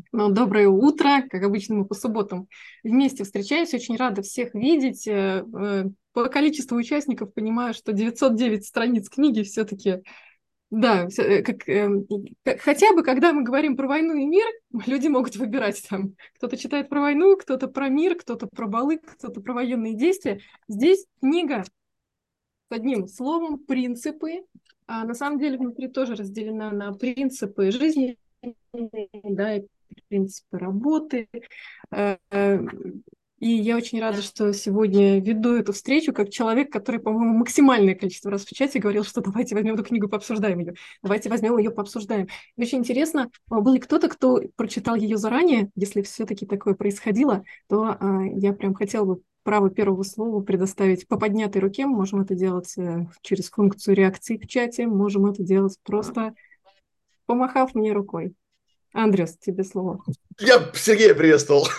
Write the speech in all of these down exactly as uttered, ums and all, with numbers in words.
Ну, доброе утро. Как обычно, мы по субботам вместе встречаемся. Очень рада всех видеть. Э, э, По количеству участников понимаю, что девятьсот девять страниц книги все-таки, да, всё, э, как, э, к- хотя бы, когда мы говорим про войну и мир, люди могут выбирать там. Кто-то читает про войну, кто-то про мир, кто-то про балы, кто-то про военные действия. Здесь книга с одним словом «принципы». А на самом деле внутри тоже разделена на принципы жизни, да, и принципы работы. Э, э, И я очень рада, что сегодня веду эту встречу как человек, который, по-моему, максимальное количество раз в чате говорил, что давайте возьмем эту книгу, пообсуждаем ее. Давайте возьмем ее, пообсуждаем. И очень интересно, а был ли кто-то, кто прочитал ее заранее? Если все-таки такое происходило, то а, я прям хотела бы право первого слова предоставить по поднятой руке. Мы можем это делать э, через функцию реакции в чате, можем это делать просто помахав мне рукой. Андрес, тебе слово. Я Сергея приветствовал.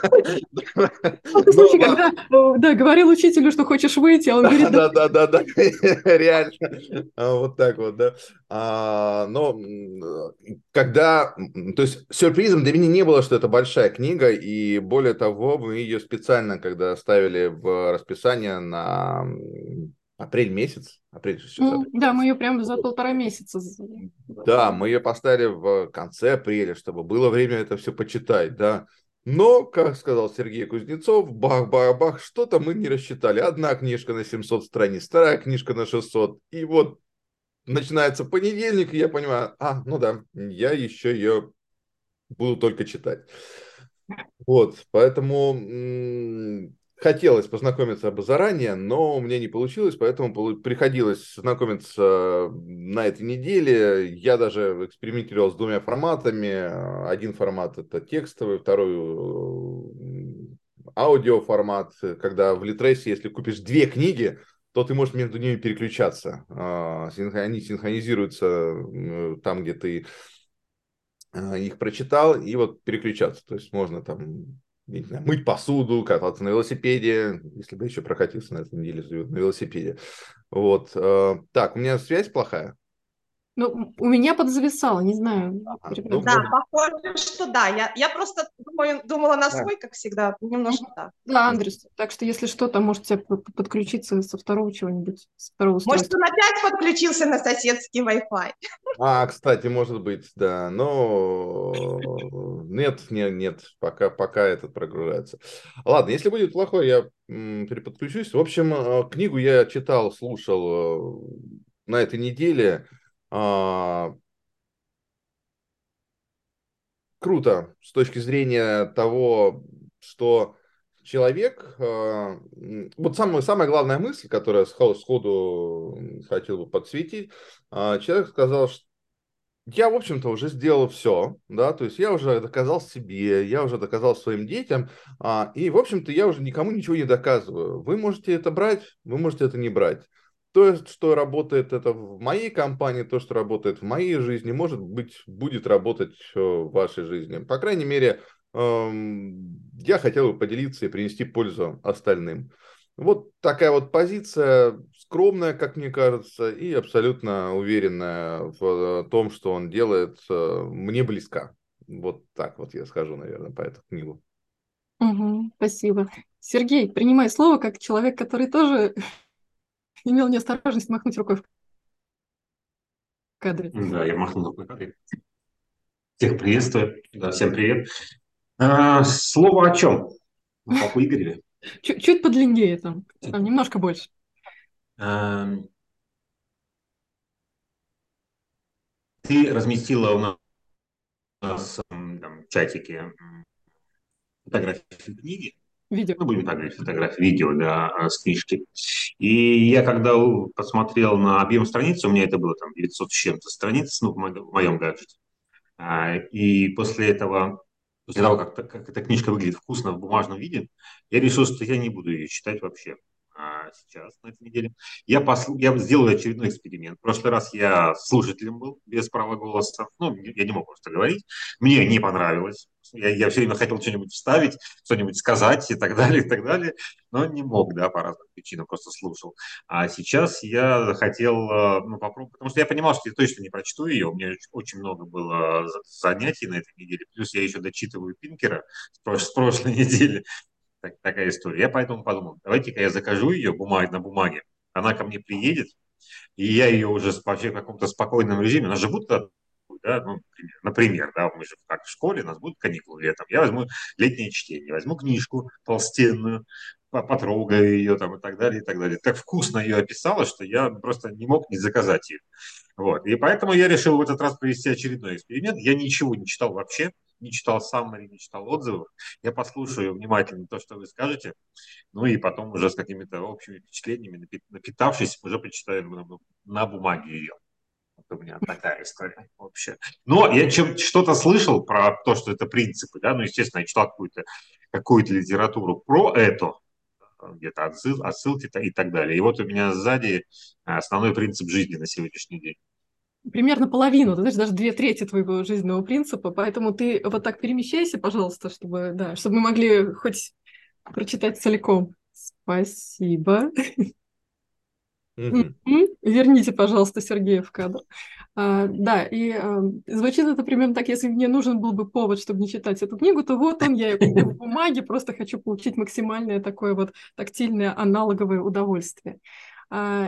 Ну, ты Ну случай, когда, ладно, э, да, говорил учителю, что хочешь выйти, а он да, говорит, да. да, да, да, да, реально. А, Вот так вот, да. А, но м, когда, м, то есть сюрпризом для меня не было, что это большая книга, и более того, мы ее специально, когда ставили в расписание на м, апрель месяц, апрель сейчас М, апрель. Да, мы ее прямо за полтора месяца з- Да, мы ее поставили в конце апреля, чтобы было время это все почитать, да. Но, как сказал Сергей Кузнецов, бах-бах-бах, что-то мы не рассчитали. Одна книжка на семьсот страниц, вторая книжка на шестьсот. И вот начинается понедельник, и я понимаю, а, ну да, я еще ее буду только читать. Вот, поэтому м, хотелось познакомиться бы заранее, но у меня не получилось, поэтому полу- приходилось знакомиться на этой неделе. Я даже экспериментировал с двумя форматами. Один формат это текстовый, второй м, аудиоформат, когда в Литресе, если купишь две книги, то ты можешь между ними переключаться. А, синхро- Они синхронизируются м, там, где ты э, их прочитал, и вот переключаться. То есть можно там, я не знаю, мыть посуду, кататься на велосипеде, если бы еще прокатился на этой неделе на велосипеде. Вот. э, Так, у меня связь плохая. Ну, у меня подзависало, не знаю. Ага, ну, Ребят. Да, может, похоже, что да. Я, я просто думаю, думала на да. свой, как всегда, немножко Мгм. да. Да, Андрес. Так что, если что, то можете п- п- подключиться со второго чего-нибудь, со второго Может, устройства. он опять подключился на соседский Wi-Fi. А, кстати, может быть, да, но нет, нет, нет, пока, пока этот прогружается. Ладно, если будет плохой, я м, переподключусь. В общем, э, книгу я читал, слушал э, на этой неделе. А, Круто с точки зрения того, что человек, э, м, вот самая, самая главная мысль, которую я схо- сходу м, хотел бы подсветить, а, человек сказал, что я, в общем-то, уже сделал все, да, то есть я уже доказал себе, я уже доказал своим детям, а, и, в общем-то, я уже никому ничего не доказываю. Вы можете это брать, вы можете это не брать. То есть, что работает это в моей компании, то, что работает в моей жизни, может быть, будет работать э, в вашей жизни. По крайней мере, эм, я хотел бы поделиться и принести пользу остальным. Вот такая вот позиция, скромная, как мне кажется, и абсолютно уверенная в том, что он делает, э, мне близка. Вот так вот я скажу, наверное, по эту книгу. Мгм. Спасибо. Сергей, принимай слово как человек, который тоже имел неосторожность махнуть рукой в кадре. Да, я махнул рукой. Окей. Всех приветствую. Да, всем привет. А, слово о чем? О папу Игореве. Чуть, чуть подлиннее там, там немножко больше. А, ты разместила у нас м, там, в чатике м, фотографии книги. Видео. Ну, будем так говорить, фотографии, видео, да, а, с книжки. И я когда у- посмотрел на объем страницы, у меня это было там девятьсот с чем-то страниц, ну, в мо- в моем гаджете. А, И после этого, после того, как, та- как эта книжка выглядит вкусно в бумажном виде, я решил, что я не буду ее читать вообще. а, сейчас, на этой неделе. Я, посл... я сделаю очередной эксперимент. В прошлый раз я слушателем был, без права голоса. Ну, я не мог просто говорить. Мне не понравилось. Я, я все время хотел что-нибудь вставить, что-нибудь сказать и так далее, и так далее. Но не мог, да, по разным причинам, просто слушал. А сейчас я хотел, э, ну, попробовать, потому что я понимал, что я точно не прочту ее. У меня очень много было занятий на этой неделе. Плюс я еще дочитываю Пинкера с прош- с прошлой недели. Так- такая история. Я поэтому подумал, давайте-ка я закажу ее бумаг, на бумаге, она ко мне приедет, и я ее уже в каком-то спокойном режиме, у нас же будут, да, ну, например, да, мы же как в школе, у нас будут каникулы летом, я возьму летнее чтение, возьму книжку толстенную, по- потрогаю ее там и так далее, и так далее. Так вкусно ее описала, что я просто не мог не заказать ее. Вот. И поэтому я решил в этот раз провести очередной эксперимент. Я ничего не читал вообще, не читал саммари, не читал отзывов. Я послушаю внимательно то, что вы скажете, ну и потом уже с какими-то общими впечатлениями, напитавшись, уже почитаю на, на бумаге ее. Вот у меня такая история вообще. Но я чем, что-то слышал про то, что это принципы, да, ну, естественно, я читал какую-то какую-то литературу про это, где-то отсыл, отсылки и так далее. И вот у меня сзади основной принцип жизни на сегодняшний день. Примерно половину, ты знаешь, даже две трети твоего жизненного принципа, поэтому ты вот так перемещайся, пожалуйста, чтобы, да, чтобы мы могли хоть прочитать целиком. Спасибо. Мгм. Мгм. Верните, пожалуйста, Сергея в кадр. А, да, и а, звучит это примерно так, если мне нужен был бы повод, чтобы не читать эту книгу, то вот он, я ее купила в бумаге, просто хочу получить максимальное такое вот тактильное аналоговое удовольствие. А,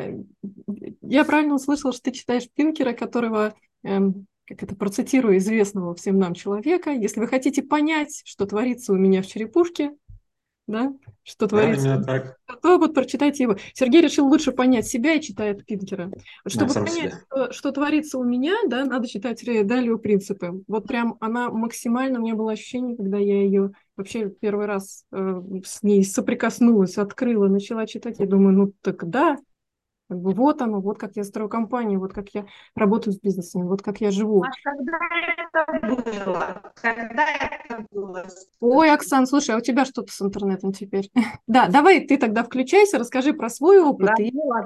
я правильно услышала, что ты читаешь Пинкера, которого, эм, как это, процитирую известного всем нам человека: если вы хотите понять, что творится у меня в черепушке, да, что Да, творится, именно так. то вот прочитайте его. Сергей решил лучше понять себя и читает Пинкера. Вот Да, чтобы сам понять, себя. что, что творится у меня, да, надо читать Рэя Далио «Принципы». Вот прям она максимально, у меня было ощущение, когда я ее вообще первый раз э, с ней соприкоснулась, открыла, начала читать, я думаю, ну так да, как бы вот оно, вот как я строю компанию, вот как я работаю с бизнесом, вот как я живу. А когда это было? Когда это было? Ой, Скажи. Оксан, слушай, а у тебя что-то с интернетом теперь? Да, давай ты тогда включайся, расскажи про свой Да, опыт. И ну ладно.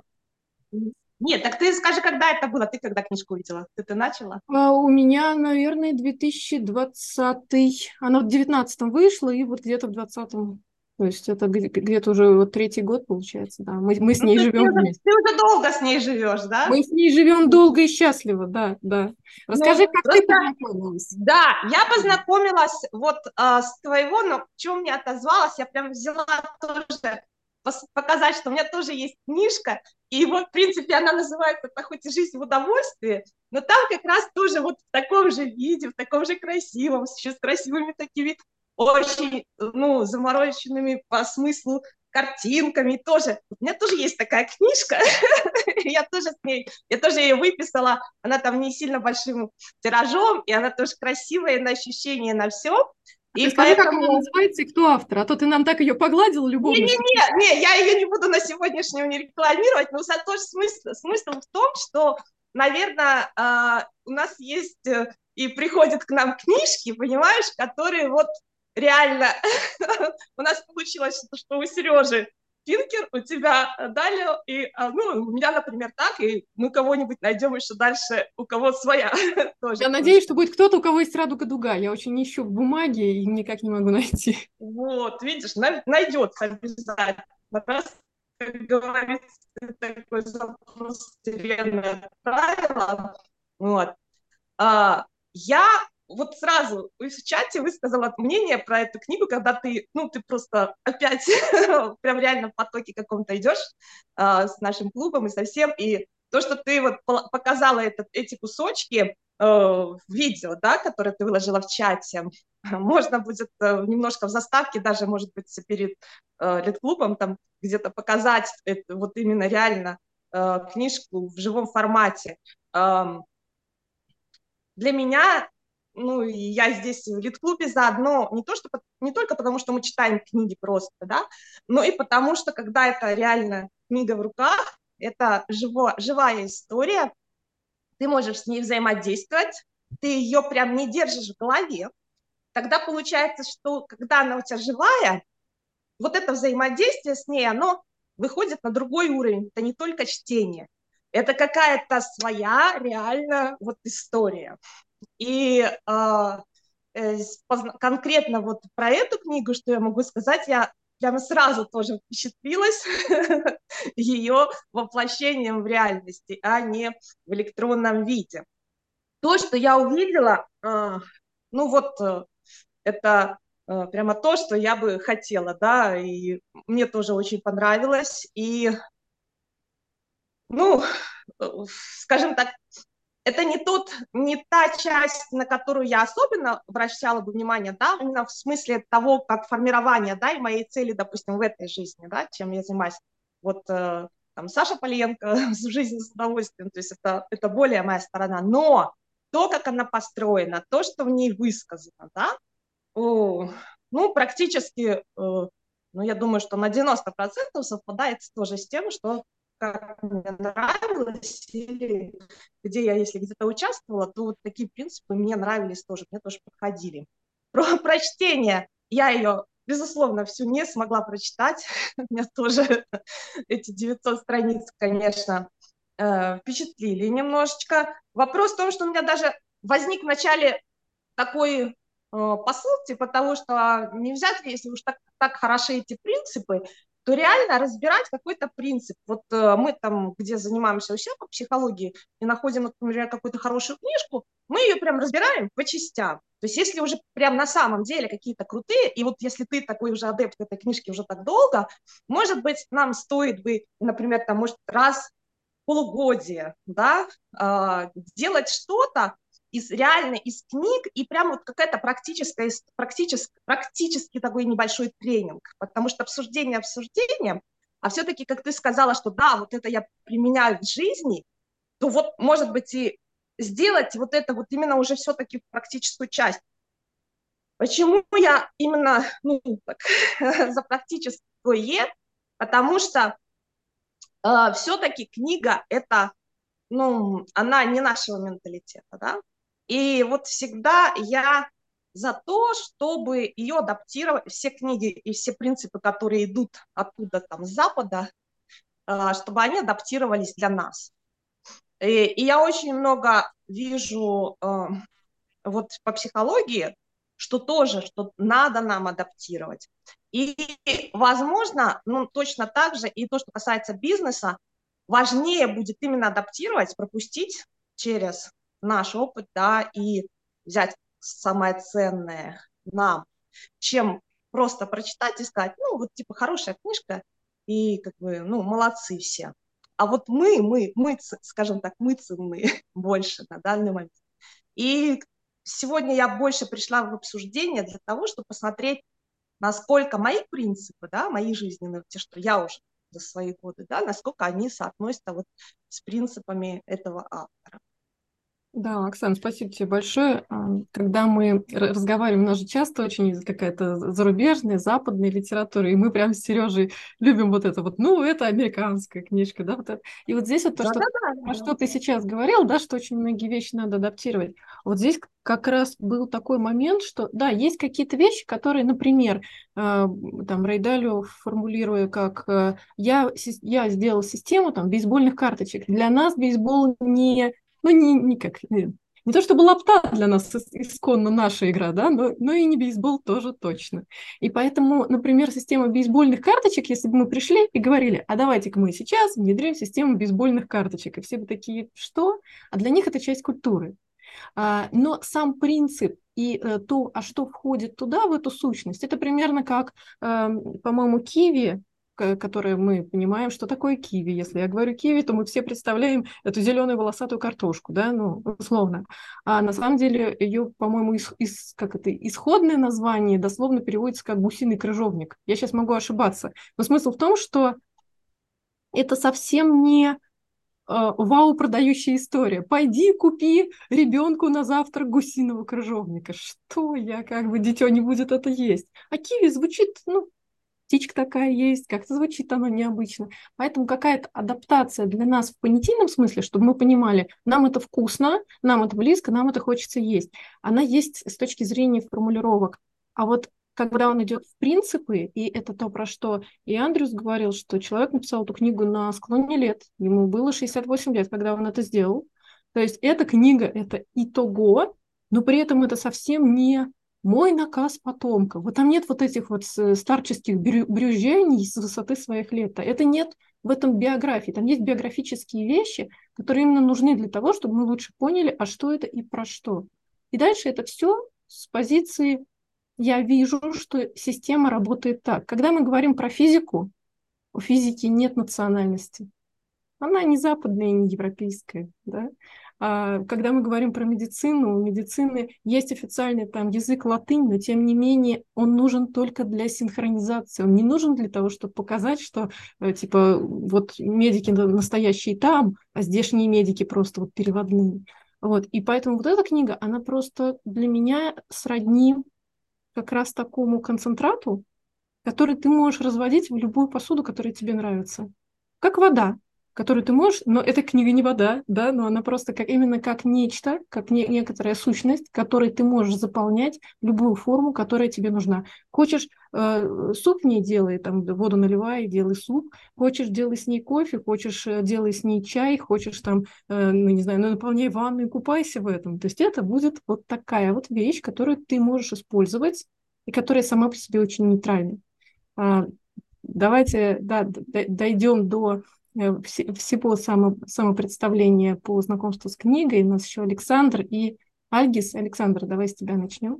Нет, так ты скажи, когда это было? Ты когда книжку увидела? Ты, ты начала? а, у меня, наверное, две тысячи двадцатый. Она в девятнадцатом вышла, и вот где-то в двадцатом. То есть это где- где-то уже вот третий год получается, да. Мы, мы с Ну, ней то есть ты живем уже, вместе. ты уже долго с ней живешь, да? Мы с ней живем долго и счастливо, да, да. Расскажи, Ну, как ты просто, познакомилась? да, я познакомилась вот а, с твоего, но чем мне отозвалась, я прям взяла тоже пос- показать, что у меня тоже есть книжка, и вот, в принципе, она называется «Это хоть и жизнь в удовольствии», но там как раз тоже вот в таком же виде, в таком же красивом, еще с красивыми такими очень, ну, замороченными по смыслу картинками тоже. У меня тоже есть такая книжка, я тоже с ней, я тоже ее выписала, она там не сильно большим тиражом, и она тоже красивая на ощущение, на все. А ты И скажи, как она поэтому... называется и кто автор, а то ты нам так ее погладила любовно, что... Не-не-не, не, я ее не буду на сегодняшнем не рекламировать, но зато смысл, смысл в том, что, наверное, у нас есть и приходят к нам книжки, понимаешь, которые вот реально... У нас получилось, что у Сережи Пинкер, у тебя Далее, и, ну, у меня, например, так, и мы кого-нибудь найдем еще дальше, у кого своя тоже Я надеюсь, книжка. что будет кто-то, у кого есть радуга-дуга. Я очень ищу в бумаге и никак не могу найти. Вот, видишь, найдется обязательно. Раз, как говорится, такой запрос вселенная правила. Вот. А, я вот сразу в чате высказала мнение про эту книгу, когда ты, ну, ты просто опять прям реально в потоке каком-то идешь а, с нашим клубом и совсем, и то, что ты вот показала этот, эти кусочки э, в видео, да, которые ты выложила в чате, можно будет э, немножко в заставке, даже, может быть, перед э, Литклубом там где-то показать это, вот именно реально э, книжку в живом формате. Э, для меня, ну, и я здесь в Литклубе заодно, не, то, что, не только потому, что мы читаем книги просто, да, но и потому, что когда это реально книга в руках, это живо, живая история, ты можешь с ней взаимодействовать, ты ее прям не держишь в голове, тогда получается, что когда она у тебя живая, вот это взаимодействие с ней, оно выходит на другой уровень. Это не только чтение, это какая-то своя реально вот история. И э, э, конкретно вот про эту книгу, что я могу сказать, я прямо сразу тоже впечатлилась ее воплощением в реальности, а не в электронном виде. То, что я увидела, э, ну вот э, это э, прямо то, что я бы хотела, да, и мне тоже очень понравилось. И, ну, э, скажем так, это не, тот, не та часть, на которую я особенно обращала бы внимание, да, именно в смысле того, как формирование, да, и моей цели, допустим, в этой жизни, да, чем я занимаюсь. Вот э, там Саша Поленко с «Жизнь с удовольствием», то есть это, это более моя сторона, но то, как она построена, то, что в ней высказано, да, о, ну, практически, э, ну, я думаю, что на девяносто процентов совпадает тоже с тем, что как мне нравилось, или где я, если где-то участвовала, то вот такие принципы мне нравились тоже, мне тоже подходили. Про прочтение я ее, безусловно, всю не смогла прочитать. Меня тоже эти девятьсот страниц, конечно, впечатлили немножечко. Вопрос в том, что у меня даже возник вначале такой посыл, типа того, что не взять, если уж так, так хороши эти принципы, то реально разбирать какой-то принцип. Вот э, мы там, где занимаемся у себя по психологии, и находим, например, какую-то хорошую книжку, мы ее прям разбираем по частям. То есть если уже прям на самом деле какие-то крутые, и вот если ты такой уже адепт этой книжки уже так долго, может быть, нам стоит бы, например, там, может, раз в полугодие, да, э, делать что-то, из реально из книг, и прям вот какая-то практическая, практически, практически такой небольшой тренинг, потому что обсуждение обсуждением, а все-таки, как ты сказала, что да, вот это я применяю в жизни, то вот, может быть, и сделать вот это вот именно уже все-таки практическую часть. Почему я именно ну, так, за практическое? Потому что э, все-таки книга это, ну, она не нашего менталитета, да, и вот всегда я за то, чтобы ее адаптировать, все книги и все принципы, которые идут оттуда, там, с Запада, чтобы они адаптировались для нас. И, и я очень много вижу вот по психологии, что тоже, что надо нам адаптировать. И, возможно, ну, точно так же, и то, что касается бизнеса, важнее будет именно адаптировать, пропустить через наш опыт, да, и взять самое ценное нам, чем просто прочитать и сказать, ну, вот, типа, хорошая книжка, и, как бы, ну, молодцы все. А вот мы, мы, мы, скажем так, мы ценны больше на данный момент. И сегодня я больше пришла в обсуждение для того, чтобы посмотреть, насколько мои принципы, да, мои жизненные, те, что я уже за свои годы, да, насколько они соотносятся вот с принципами этого автора. Да, Оксана, спасибо тебе большое. Когда мы разговариваем, у нас же часто очень какая-то зарубежная, западная литература, и мы прям с Сережей любим вот это вот, ну, это американская книжка, да, вот это. И вот здесь вот то, да, что, да, да, да. что ты сейчас говорил, да, что очень многие вещи надо адаптировать. Вот здесь как раз был такой момент, что, да, есть какие-то вещи, которые, например, там, Рэй Далио, формулируя как я, я сделал систему там бейсбольных карточек. Для нас бейсбол не... Ну, не, не, как, не, не то чтобы лапта для нас исконно наша игра, да, но, но и не бейсбол тоже точно. И поэтому, например, система бейсбольных карточек, если бы мы пришли и говорили, а давайте-ка мы сейчас внедрим систему бейсбольных карточек, и все бы такие, что? А для них это часть культуры. А, но сам принцип и а, то, а что входит туда, в эту сущность, это примерно как, а, по-моему, киви, которое мы понимаем, что такое киви. Если я говорю киви, то мы все представляем эту зеленую волосатую картошку, да, ну, условно. А на самом деле ее, по-моему, из, из, как это, исходное название дословно переводится как гусиный крыжовник. Я сейчас могу ошибаться. Но смысл в том, что это совсем не вау, продающая история. Пойди купи ребенку на завтрак гусиного крыжовника. Что я, как бы, дитё не будет это есть. А киви звучит, ну, птичка такая есть, как-то звучит оно необычно. Поэтому какая-то адаптация для нас в понятийном смысле, чтобы мы понимали, нам это вкусно, нам это близко, нам это хочется есть. Она есть с точки зрения формулировок. А вот когда он идет в принципы, и это то, про что и Андрюс говорил, что человек написал эту книгу на склоне лет, ему было шестьдесят восемь лет, когда он это сделал. То есть эта книга – это итого, но при этом это совсем не мой наказ потомка. Вот там нет вот этих вот старческих брюзжаний с высоты своих лет. Это нет в этом биографии. Там есть биографические вещи, которые именно нужны для того, чтобы мы лучше поняли, а что это и про что. И дальше это все с позиции «я вижу, что система работает так». Когда мы говорим про физику, у физики нет национальности. Она не западная, не европейская. Да? А когда мы говорим про медицину, у медицины есть официальный там язык латынь, но тем не менее он нужен только для синхронизации. Он не нужен для того, чтобы показать, что типа вот медики настоящие там, а здешние медики просто вот переводные. Вот. И поэтому вот эта книга, она просто для меня сродни как раз такому концентрату, который ты можешь разводить в любую посуду, которая тебе нравится. Как вода, которую ты можешь, но эта книга не вода, да, но она просто как, именно как нечто, как не, некоторая сущность, которой ты можешь заполнять любую форму, которая тебе нужна. Хочешь э, суп в ней делай, там воду наливай, делай суп, хочешь делай с ней кофе, хочешь делай с ней чай, хочешь там, э, ну не знаю, ну, наполняй ванну и купайся в этом. То есть это будет вот такая вот вещь, которую ты можешь использовать и которая сама по себе очень нейтральна. А, давайте да, дойдем до всего само, самопредставления по знакомству с книгой. У нас еще Александр и Альгис. Александр, давай с тебя начнем.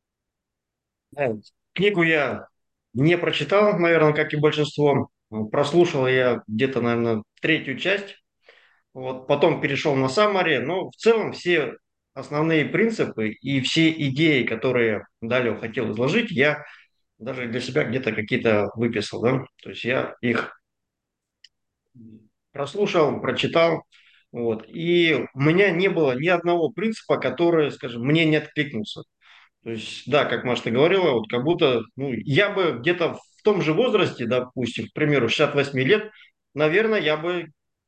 Книгу я не прочитал, наверное, как и большинство. Прослушал я где-то, наверное, третью часть. Вот, потом перешел на Summary. Но в целом все основные принципы и все идеи, которые Далио хотел изложить, я даже для себя где-то какие-то выписал. Да? То есть я их прослушал, прочитал, вот, и у меня не было ни одного принципа, который, скажем, мне не откликнулся. То есть, да, как Маша ты говорила, вот как будто, ну, я бы где-то в том же возрасте, допустим, к примеру, шестьдесят восемь лет, наверное, я бы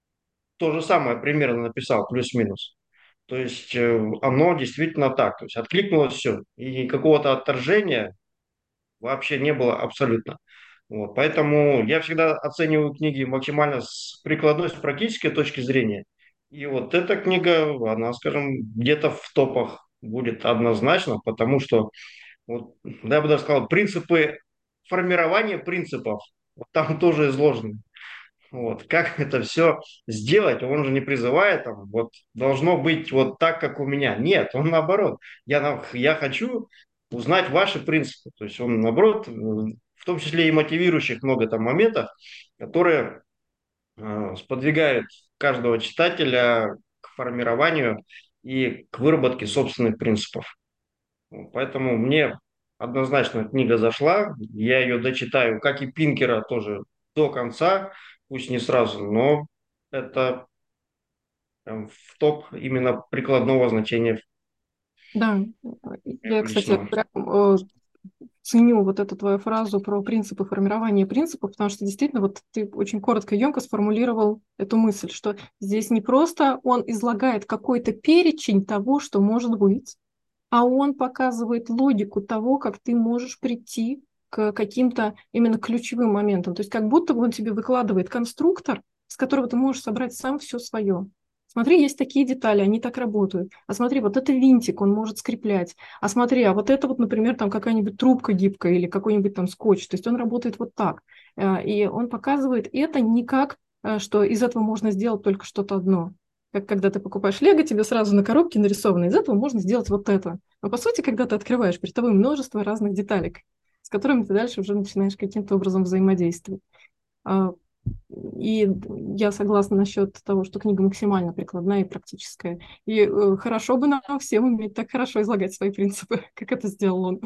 то же самое примерно написал, плюс-минус. То есть э, оно действительно так, то есть откликнулось все, и какого-то отторжения вообще не было абсолютно. Вот, поэтому я всегда оцениваю книги максимально с прикладной, с практической точки зрения. И вот эта книга, она, скажем, где-то в топах будет однозначно, потому что, вот, да, я бы даже сказал, принципы формирования принципов вот там тоже изложены. Вот. Как это все сделать? Он же не призывает, там, вот, должно быть вот так, как у меня. Нет, он наоборот. Я, на- я хочу узнать ваши принципы. То есть он, наоборот, э, в том числе и мотивирующих много там моментов, которые э, сподвигают каждого читателя к формированию и к выработке собственных принципов. Вот. Поэтому мне однозначно книга зашла. Я ее дочитаю, как и Пинкера, тоже до конца, пусть не сразу, но это прям в топ именно прикладного значения Да, я, кстати, личного. прям, э, ценю вот эту твою фразу про принципы формирования принципов, потому что действительно вот ты очень коротко и емко сформулировал эту мысль, что здесь не просто он излагает какой-то перечень того, что может быть, а он показывает логику того, как ты можешь прийти к каким-то именно ключевым моментам. То есть как будто бы он тебе выкладывает конструктор, с которого ты можешь собрать сам все свое. Смотри, есть такие детали, они так работают. А смотри, вот это винтик, он может скреплять. А смотри, а вот это вот, например, там какая-нибудь трубка гибкая или какой-нибудь там скотч. То есть он работает вот так. Э, И он показывает это не как, э, что из этого можно сделать только что-то одно. Как когда ты покупаешь лего, тебе сразу на коробке нарисовано, из этого можно сделать вот это. Но по сути, когда ты открываешь, перед тобой множество разных деталек, с которыми ты дальше уже начинаешь каким-то образом взаимодействовать. А, И я согласна насчет того, что книга максимально прикладная и практическая. И э, хорошо бы нам всем уметь так хорошо излагать свои принципы, как это сделал он.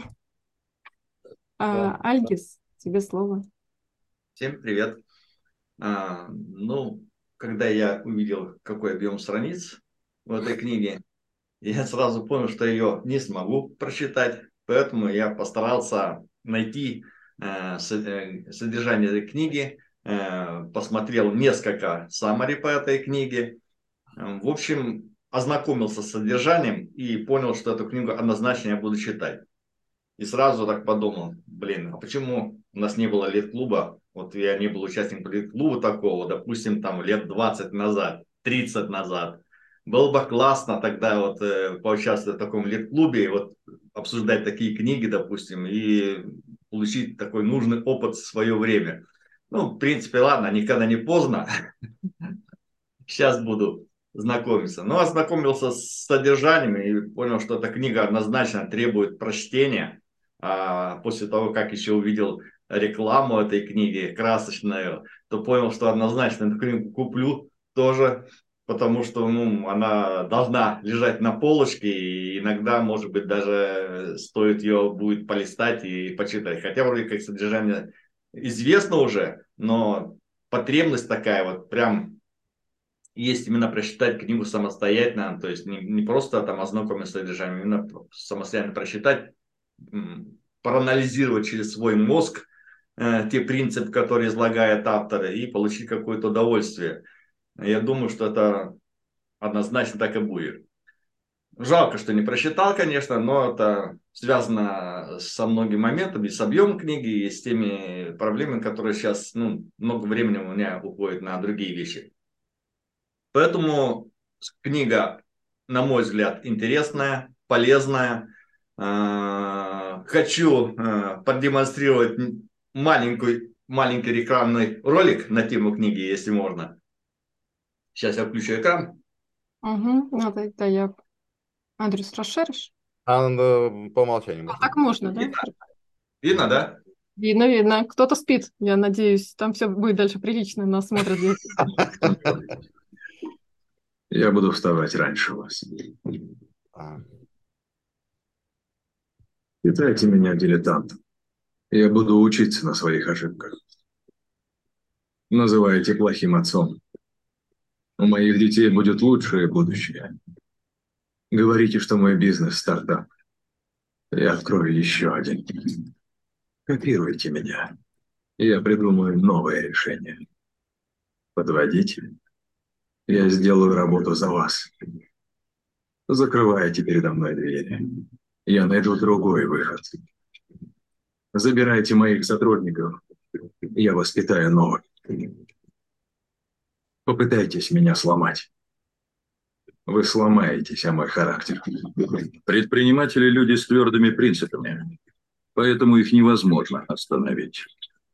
Да. А, Альгис, тебе слово. Всем привет. А, ну, когда я увидел, какой объем страниц в этой книге, я сразу понял, что ее не смогу прочитать, поэтому я постарался найти э, со- э, содержание этой книги, э, посмотрел несколько summary по этой книге, Э, в общем, ознакомился с содержанием и понял, что эту книгу однозначно я буду читать. И сразу так подумал, блин, а почему у нас не было лет-клуба? Вот я не был участником лет-клуба такого, допустим, там лет двадцать назад, тридцать назад. Было бы классно тогда вот э, поучаствовать в таком лет-клубе, вот обсуждать такие книги, допустим, и получить такой нужный опыт в свое время. Ну, в принципе, ладно, никогда не поздно. Сейчас буду знакомиться. Но ознакомился с содержанием и понял, что эта книга однозначно требует прочтения. А после того, как еще увидел рекламу этой книги красочную, то понял, что однозначно эту книгу куплю тоже, потому что ну, она должна лежать на полочке, и иногда, может быть, даже стоит ее будет полистать и почитать. Хотя вроде как содержание известно уже, но потребность такая вот прям есть именно прочитать книгу самостоятельно, то есть не, не просто там ознакомиться с содержанием, именно самостоятельно прочитать, проанализировать через свой мозг э, те принципы, которые излагает автор, и получить какое-то удовольствие. Я думаю, что это однозначно так и будет. Жалко, что не прочитал, конечно, но это связано со многими моментами, с объемом книги и с теми проблемами, которые сейчас, ну, много времени у меня уходит на другие вещи. Поэтому книга, на мой взгляд, интересная, полезная. Хочу продемонстрировать маленький, маленький рекламный ролик на тему книги, если можно. Сейчас я включу экран. Угу. Ну, тогда я адрес расширишь. А ну, по умолчанию А, можно. так можно, да? Видно, Видно, да? Видно, видно. Кто-то спит, я надеюсь. Там все будет дальше прилично, нас смотрят. Я буду вставать раньше вас. А, Считайте меня дилетантом. Я буду учиться на своих ошибках. Называйте плохим отцом. У моих детей будет лучшее будущее. Говорите, что мой бизнес – стартап. Я открою еще один. Копируйте меня. Я придумаю новое решение. Подводите. Я сделаю работу за вас. Закрывайте передо мной двери. Я найду другой выход. Забирайте моих сотрудников. Я воспитаю новых. Попытайтесь меня сломать. Вы сломаетесь, а мой характер. Предприниматели – люди с твердыми принципами, поэтому их невозможно остановить.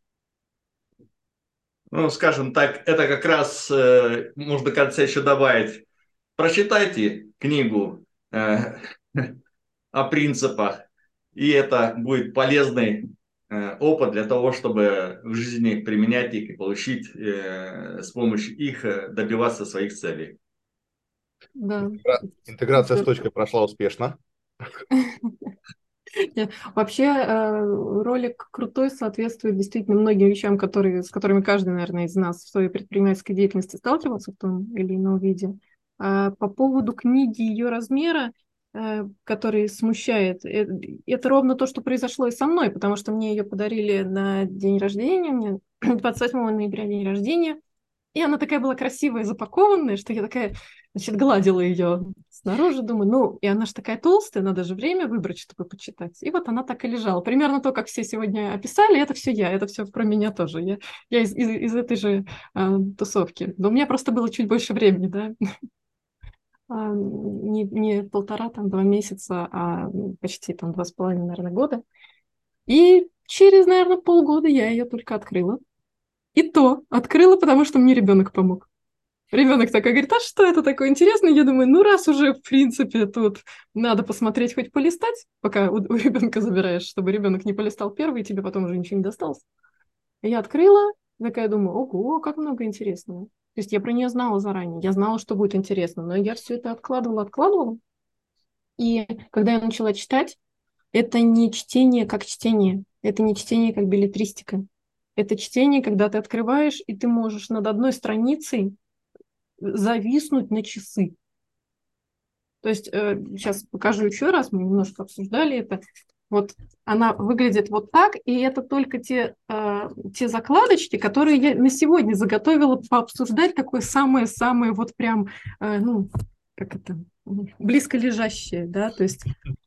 Ну, скажем так, это как раз э, можно до конца еще добавить. Прочитайте книгу э, о принципах, и это будет полезный э, опыт для того, чтобы в жизни применять их и получить э, с помощью их э, добиваться своих целей. Да. интеграция с точкой прошла успешно. Вообще э, ролик крутой, соответствует действительно многим вещам, которые, с которыми каждый, наверное, из нас в своей предпринимательской деятельности сталкивался в том или ином виде. А по поводу книги, ее размера, э, который смущает, э, это ровно то, что произошло и со мной, потому что мне ее подарили на день рождения, мне двадцать восьмого ноября день рождения. И она такая была красивая, запакованная, что я такая, значит, гладила ее снаружи, думаю, ну, и она же такая толстая, надо же время выбрать, чтобы почитать. И вот она так и лежала. Примерно то, как все сегодня описали, это все я, это все про меня тоже. Я, я из, из, из этой же а, тусовки. Но у меня просто было чуть больше времени, да. А, не, не полтора, там, два месяца, а почти там два с половиной, наверное, года. И через, наверное, полгода я ее только открыла. И то открыла, потому что мне ребенок помог. Ребенок такой говорит, а что это такое интересное? Я думаю, ну раз уже, в принципе, тут надо посмотреть, хоть полистать, пока у, у ребенка забираешь, чтобы ребенок не полистал первый, и тебе потом уже ничего не досталось. Я открыла, такая думаю, ого, как много интересного. То есть я про нее знала заранее, я знала, что будет интересно, но я все это откладывала, откладывала. И когда я начала читать, это не чтение как чтение, это не чтение как беллетристика. Это чтение, когда ты открываешь, и ты можешь над одной страницей зависнуть на часы. То есть, э, сейчас покажу еще раз, мы немножко обсуждали это. Вот она выглядит вот так, и это только те, э, те закладочки, которые я на сегодня заготовила пообсуждать, такое самое-самое вот прям, э, ну, как это, близко лежащее, да, то есть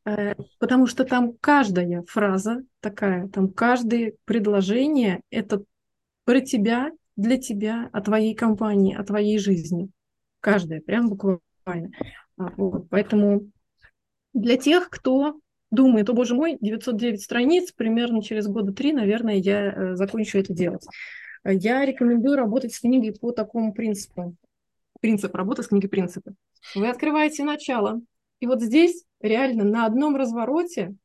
Э, Потому что там каждая фраза такая, там каждое предложение– это про тебя, для тебя, о твоей компании, о твоей жизни. Каждое, прям буквально. А, вот. Поэтому для тех, кто думает, о боже мой, девятьсот девять страниц, примерно через года три, наверное, я э, закончу это делать. Я рекомендую работать с книгой по такому принципу. Принцип работы с книгой принципы. Вы открываете начало, и вот здесь реально на одном развороте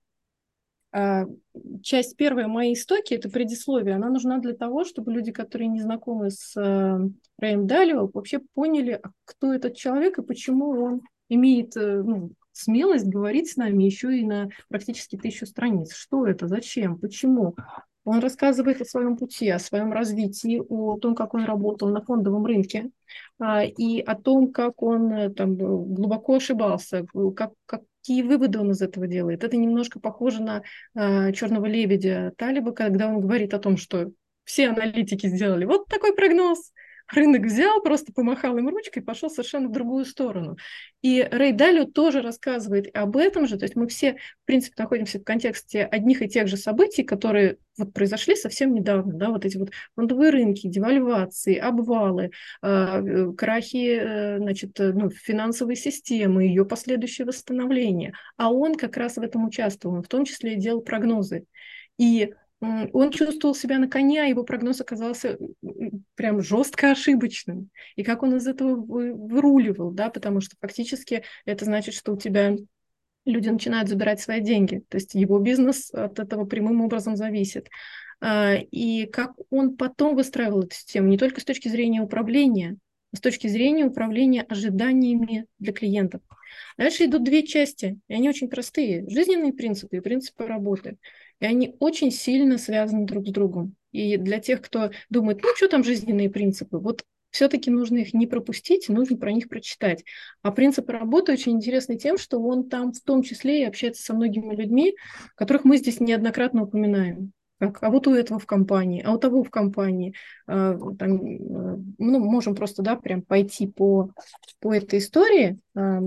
а, часть первая «Мои истоки» — это предисловие. Она нужна для того, чтобы люди, которые не знакомы с э, Рэем Далио, вообще поняли, а кто этот человек и почему он имеет э, ну, смелость говорить с нами еще и на практически тысячу страниц. Что это, зачем, почему? Он рассказывает о своем пути, о своем развитии, о том, как он работал на фондовом рынке, а, и о том, как он э, там глубоко ошибался, как, какие выводы он из этого делает. Это немножко похоже на э, «Черного лебедя» Талиба, когда он говорит о том, что все аналитики сделали вот такой прогноз, рынок взял, просто помахал им ручкой и пошел совершенно в другую сторону. И Рэй Далио тоже рассказывает об этом же, то есть мы все, в принципе, находимся в контексте одних и тех же событий, которые вот произошли совсем недавно, да, вот эти вот фондовые рынки, девальвации, обвалы, э, крахи, э, значит, э, ну, финансовой системы, ее последующее восстановление. А он как раз в этом участвовал, он в том числе и делал прогнозы. И он чувствовал себя на коне, а его прогноз оказался прям жестко ошибочным. И как он из этого выруливал, да, потому что фактически это значит, что у тебя люди начинают забирать свои деньги, то есть его бизнес от этого прямым образом зависит. И как он потом выстраивал эту систему, не только с точки зрения управления, а с точки зрения управления ожиданиями для клиентов. Дальше идут две части, и они очень простые. Жизненные принципы и принципы работы. И они очень сильно связаны друг с другом. И для тех, кто думает, ну что там жизненные принципы, вот все-таки нужно их не пропустить, нужно про них прочитать. А принципы работы очень интересны тем, что он там в том числе и общается со многими людьми, которых мы здесь неоднократно упоминаем. Как, а вот у этого в компании, а у того в компании. Э, там, э, ну, можем просто, да, прям пойти по, по этой истории. Э,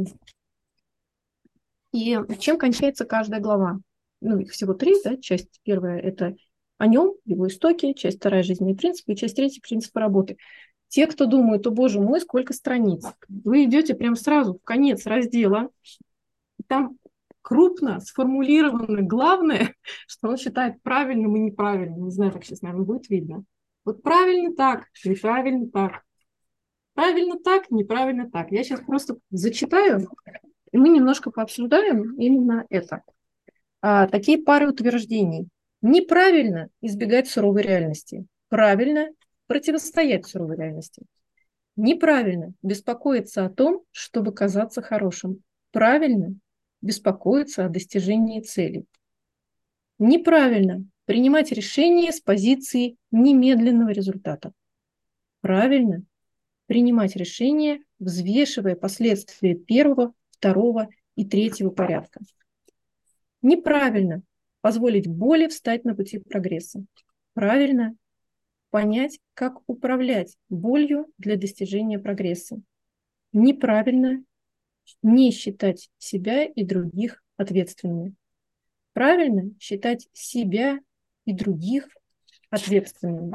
и чем кончается каждая глава? Ну, их всего три, да, часть первая – это о нем, его истоки, часть вторая – жизненные принципы, и часть третья – принципы работы. Те, кто думают, о боже мой, сколько страниц, вы идете прям сразу в конец раздела, там крупно сформулировано главное, что он считает правильным и неправильным. Не знаю, как сейчас, наверное, будет видно. Вот правильно так, неправильно так. Правильно так, неправильно так. Я сейчас просто зачитаю, и мы немножко пообсуждаем именно это. А, такие пары утверждений. Неправильно избегать суровой реальности. Правильно противостоять суровой реальности. Неправильно беспокоиться о том, чтобы казаться хорошим. Правильно беспокоиться о достижении целей. Неправильно принимать решения с позиции немедленного результата. Правильно принимать решения, взвешивая последствия первого, второго и третьего порядка. Неправильно позволить боли встать на пути прогресса. Правильно понять, как управлять болью для достижения прогресса. Неправильно не считать себя и других ответственными. Правильно считать себя и других ответственными.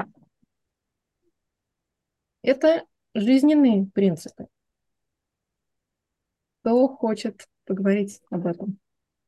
Это жизненные принципы. Кто хочет поговорить об этом?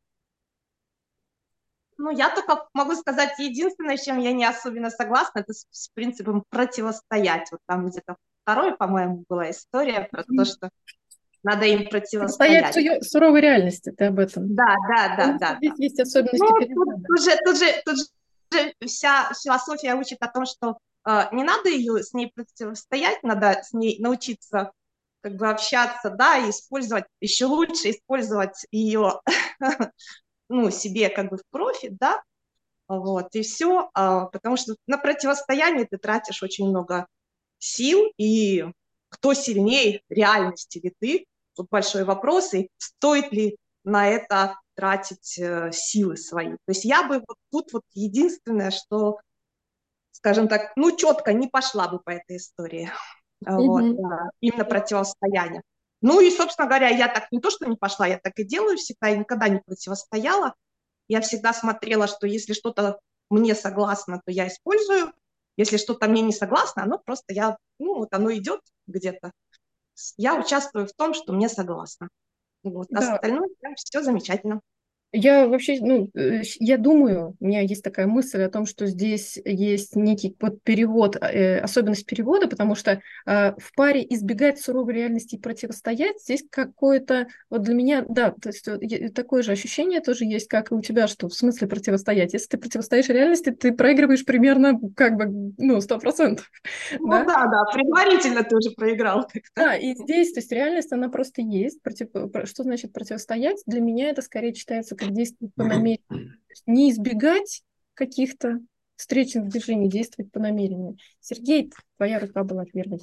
Ну, я только могу сказать, единственное, с чем я не особенно согласна, это с, с принципом противостоять. Вот там где-то второй, по-моему, была история про то, что надо им противостоять. Противостоять суровой реальности, ты об этом. Да, да, да, да. Здесь да. есть особенности Ну, перевода. тут, тут, же, тут, же, тут же вся философия учит о том, что э, не надо ее с ней противостоять, надо с ней научиться как бы общаться, да, и использовать, еще лучше использовать ее, ну, себе как бы в профит, да, вот, и все, а, потому что на противостояние ты тратишь очень много сил, и кто сильнее, реальности ли ты, тут большой вопрос, и стоит ли на это тратить э, силы свои. То есть я бы вот тут вот единственное, что, скажем так, ну, четко не пошла бы по этой истории. Вот, Мгм. да, именно противостояние. Ну и, собственно говоря, я так не то, что не пошла, я так и делаю всегда, я никогда не противостояла. Я всегда смотрела, что если что-то мне согласно, то я использую. Если что-то мне не согласно, оно просто я, ну вот оно идет где-то. Я участвую в том, что мне согласно. Вот. Да, Остальное прям все замечательно. я вообще, ну, э, щ- я думаю, у меня есть такая мысль о том, что здесь есть некий вот перевод, э, особенность перевода, потому что э, в паре избегать суровой реальности и противостоять, здесь какое-то, вот для меня, да, то есть вот е- такое же ощущение тоже есть, как и у тебя, что в смысле противостоять. Если ты противостоишь реальности, ты проигрываешь примерно как бы, ну, сто процентов, Ну да? да, да, предварительно ты уже проиграл как-то. Да, и здесь, то есть реальность, она просто есть. Против- про- Что значит противостоять? Для меня это скорее читается как действовать по намерению. То есть не избегать каких-то встречных движений, действовать по намерению. Сергей, твоя рука была первой.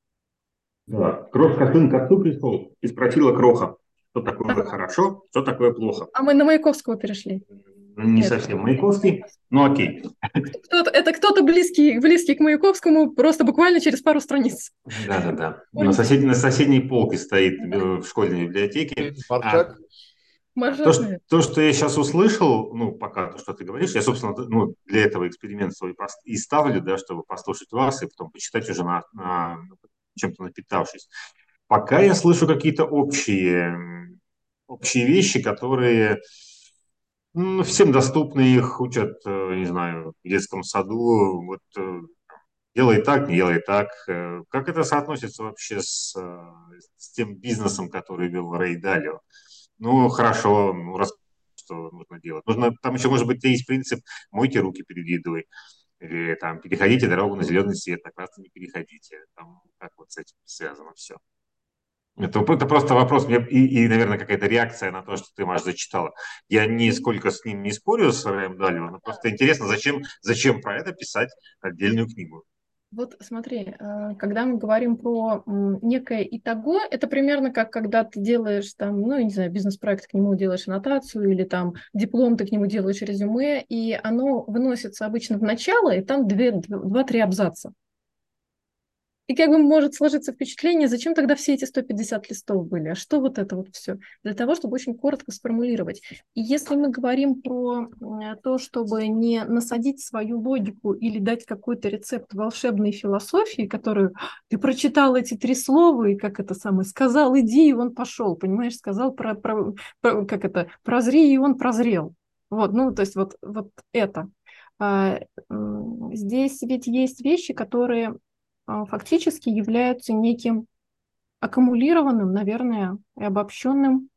Да. Крошка сын к отцу пришел и спросила Кроха, что такое Ага. хорошо, что такое плохо. А мы на Маяковского перешли. Ну, не Нет. совсем Маяковский, но окей. Кто-то, это кто-то близкий, близкий к Маяковскому, просто буквально через пару страниц. Да-да-да. На, Помните? сосед... на соседней полке стоит э, в школьной библиотеке. А Марчак. то, Маржак, что, наверное. то, что я сейчас услышал, ну, пока то, что ты говоришь, я, собственно, ну, для этого эксперимент свой пост- и ставлю, да, чтобы послушать вас и потом почитать уже на, на чем-то напитавшись. Пока я слышу какие-то общие, м, общие вещи, которые ну, всем доступны, их учат, э, не знаю, в детском саду. Вот, э, делай так, не делай так. Э, Как это соотносится вообще с, э, с тем бизнесом, который вел Рэй Далио? Ну, хорошо, ну, раз что нужно делать. Нужно, там еще, может быть, есть принцип «мойте руки перед едой». Или там «переходите дорогу на зеленый свет», так раз не переходите. Там, как вот с этим связано все. Это, это просто вопрос мне и, и, наверное, какая-то реакция на то, что ты, Маш, зачитала. Я нисколько с ним не спорю, с Рэем Далио, но просто интересно, зачем, зачем про это писать отдельную книгу. Вот смотри, э, когда мы говорим про м, некое итого, это примерно как когда ты делаешь там, ну, не знаю, бизнес-проект, к нему делаешь аннотацию, или там диплом, ты к нему делаешь резюме, и оно выносится обычно в начало, и там две, два-три абзаца. И как бы может сложиться впечатление, зачем тогда все эти сто пятьдесят листов были? А что вот это вот все? Для того, чтобы очень коротко сформулировать. И если мы говорим про э, то, чтобы не насадить свою логику или дать какой-то рецепт волшебной философии, которую ты прочитал эти три слова и как это самое, сказал иди, и он пошел, понимаешь, сказал про, про, про как это, прозри, и он прозрел. Вот, ну, то есть вот, вот это. А, м, здесь ведь есть вещи, которые а, фактически являются неким аккумулированным, наверное, и обобщенным,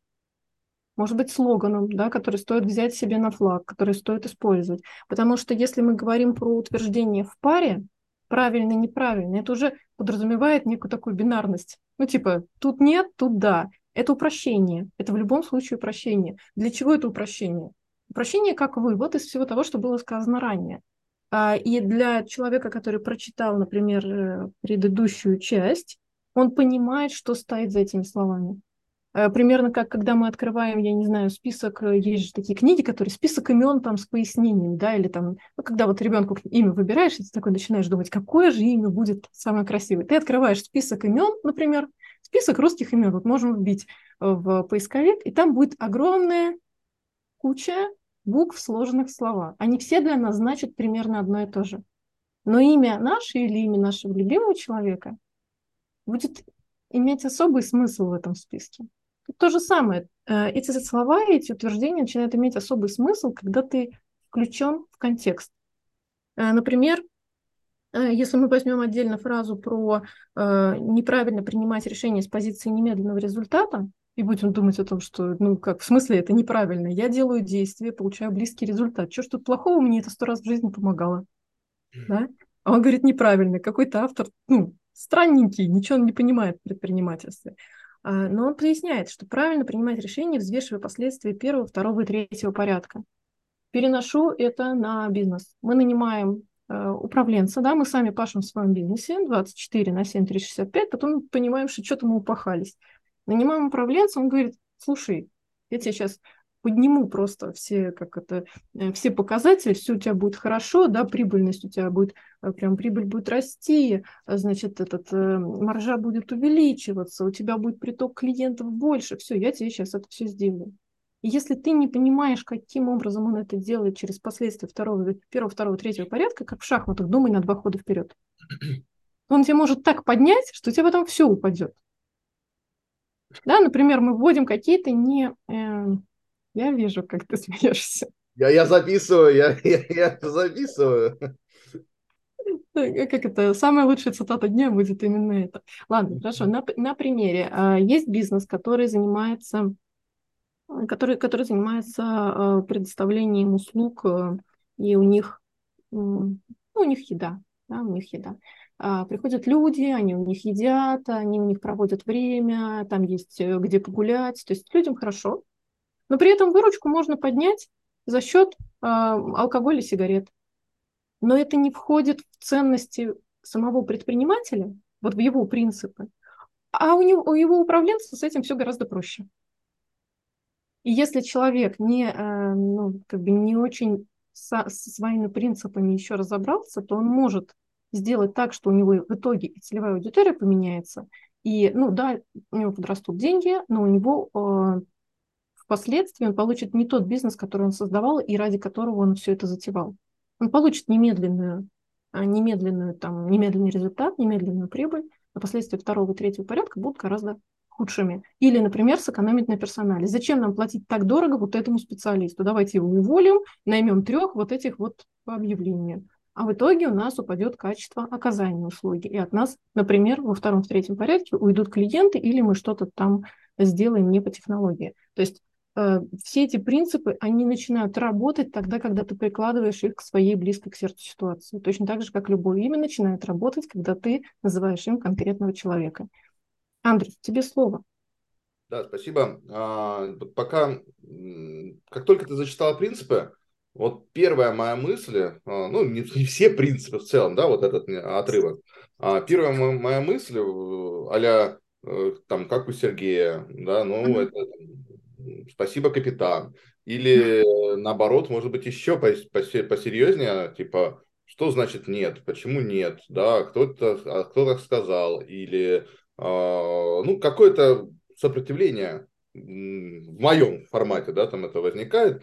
может быть, слоганом, да, который стоит взять себе на флаг, который стоит использовать. Потому что если мы говорим про утверждение в паре, правильно, неправильно, это уже подразумевает некую такую бинарность. Ну, типа, тут нет, тут да. Это упрощение. Это в любом случае упрощение. Для чего это упрощение? Упрощение как вывод из всего того, что было сказано ранее. А, И для человека, который прочитал, например, э, предыдущую часть, он понимает, что стоит за этими словами. Э, Примерно как когда мы открываем, я не знаю, список, э, есть же такие книги, которые список имен там с пояснением, да, или там, ну, когда вот ребенку имя выбираешь, и ты такой начинаешь думать, какое же имя будет самое красивое. Ты открываешь список имен, например, список русских имен, вот можем вбить э, в поисковик, и там будет огромная куча букв, сложенных в слова. Они все для нас значат примерно одно и то же. Но имя наше или имя нашего любимого человека будет иметь особый смысл в этом списке. Тут то же самое. Э, Эти слова, эти утверждения начинают иметь особый смысл, когда ты включен в контекст. Э, Например, э, если мы возьмем отдельно фразу про э, неправильно принимать решение с позиции немедленного результата, и будем думать о том, что, ну, как, в смысле это неправильно, я делаю действие, получаю близкий результат. Что ж тут плохого, мне это сто раз в жизни помогало. Да? А он говорит неправильно. Какой-то автор, ну, странненький, ничего он не понимает в предпринимательстве. А, Но он поясняет, что правильно принимать решения, взвешивая последствия первого, второго и третьего порядка. Переношу это на бизнес. Мы нанимаем э, управленца, да, мы сами пашем в своем бизнесе двадцать четыре на семь, триста шестьдесят пять, потом понимаем, что что-то мы упахались. Нанимаем управленца, он говорит, слушай, я тебе сейчас подниму просто все, как это, э, все показатели, все у тебя будет хорошо, да, прибыльность у тебя будет, э, прям прибыль будет расти, а, значит, этот, э, маржа будет увеличиваться, у тебя будет приток клиентов больше, все, я тебе сейчас это все сделаю. И если ты не понимаешь, каким образом он это делает через последствия второго, первого, второго, третьего порядка, как в шахматах, думай на два хода вперед, он тебя может так поднять, что у тебя потом все упадет. Да, например, мы вводим какие-то не... э, я вижу, как ты смеешься. Я, я записываю, я, я, я записываю. Э, Как это? Самая лучшая цитата дня будет именно это. Ладно, хорошо. На, на примере. А, Есть бизнес, который занимается, э, который, который занимается э, предоставлением услуг, э, и у них, м, ну, у них еда, да, у них еда. А, Приходят люди, они у них едят, они у них проводят время, там есть э, где погулять, то есть людям хорошо, но при этом выручку можно поднять за счет а, алкоголя и сигарет. Но это не входит в ценности самого предпринимателя, вот в его принципы, а у него, у его управленца с этим все гораздо проще. И если человек не, э, ну, как бы не очень со, со своими принципами еще разобрался, то он может сделать так, что у него в итоге и целевая аудитория поменяется, и, ну да, у него подрастут деньги, но у него э, впоследствии он получит не тот бизнес, который он создавал и ради которого он все это затевал. Он получит немедленную, а, немедленную, там, немедленный результат, немедленную прибыль, а последствия второго и третьего порядка будут гораздо худшими. Или, например, сэкономить на персонале. Зачем нам платить так дорого вот этому специалисту? Давайте его уволим, наймем трех вот этих вот по объявлению. А в итоге у нас упадет качество оказания услуги. И от нас, например, во втором, в третьем порядке уйдут клиенты, или мы что-то там сделаем не по технологии. То есть э, все эти принципы, они начинают работать тогда, когда ты прикладываешь их к своей близкой к сердцу ситуации. Точно так же, как любое имя начинает работать, когда ты называешь им конкретного человека. Андрей, тебе слово. Да, спасибо. А, вот пока, м, как только ты зачитала принципы, вот первая моя мысль, а, ну, не, не все принципы в целом, да, вот этот не- отрывок. А первая мо- моя мысль, э, а-ля, э, там, как у Сергея, да, ну, Мгм. это м, спасибо, капитан. Или э, наоборот, может быть, еще пос- посе- посерьезнее, типа, что значит нет, почему нет, да, кто-то, а кто так сказал, или, а, ну, какое-то сопротивление м, в моем формате, да, там это возникает.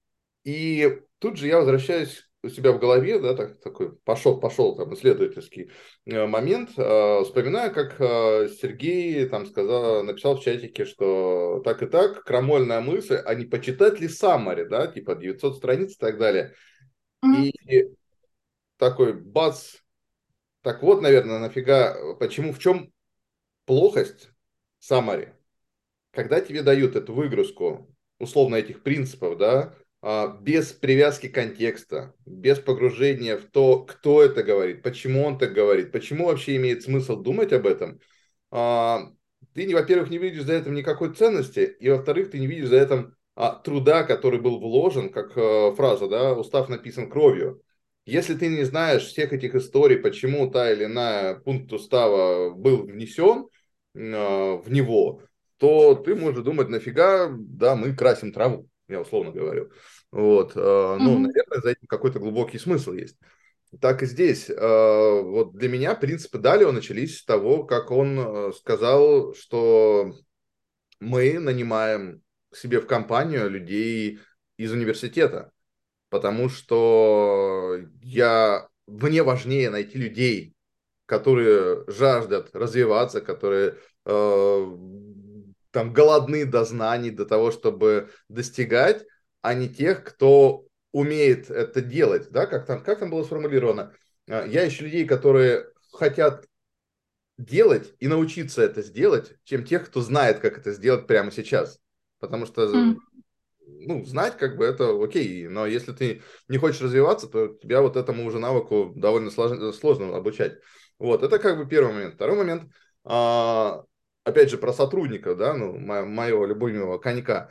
И тут же я возвращаюсь у себя в голове, да, так, такой пошел, пошел там исследовательский э, момент, э, вспоминаю, как э, Сергей там сказал, написал в чатике, что так и так, крамольная мысль, а не почитать ли summary, да, типа девятьсот страниц и так далее. Мгм. И такой бац, так вот, наверное, нафига, почему, в чем плохость summary? Когда тебе дают эту выгрузку, условно, этих принципов, да, а, без привязки контекста, без погружения в то, кто это говорит, почему он так говорит, почему вообще имеет смысл думать об этом, а, ты, не- во-первых, не видишь за этим никакой ценности, и, во-вторых, ты не видишь за этим а, труда, который был вложен, как э, фраза, да, устав написан кровью. Если ты не знаешь всех этих историй, почему та или иная пункт устава был внесен э, в него, то ты можешь думать, нафига, да, мы красим траву, я условно говорю. Вот, э, ну, Мгм. наверное, за этим какой-то глубокий смысл есть. Так и здесь. Э, Вот для меня принципы Далио начались с того, как он э, сказал, что мы нанимаем к себе в компанию людей из университета, потому что я, мне важнее найти людей, которые жаждут развиваться, которые э, там голодны до знаний, до того, чтобы достигать, а не тех, кто умеет это делать, да, как там, как там было сформулировано. Э, Я ищу людей, которые хотят делать и научиться это сделать, чем тех, кто знает, как это сделать прямо сейчас. Потому что Мгм. ну, знать как бы это окей, но если ты не хочешь развиваться, то тебя вот этому уже навыку довольно сложно, сложно обучать. Вот, это как бы первый момент. Второй момент, а, опять же, про сотрудников, да, ну, мо- моего любимого конька.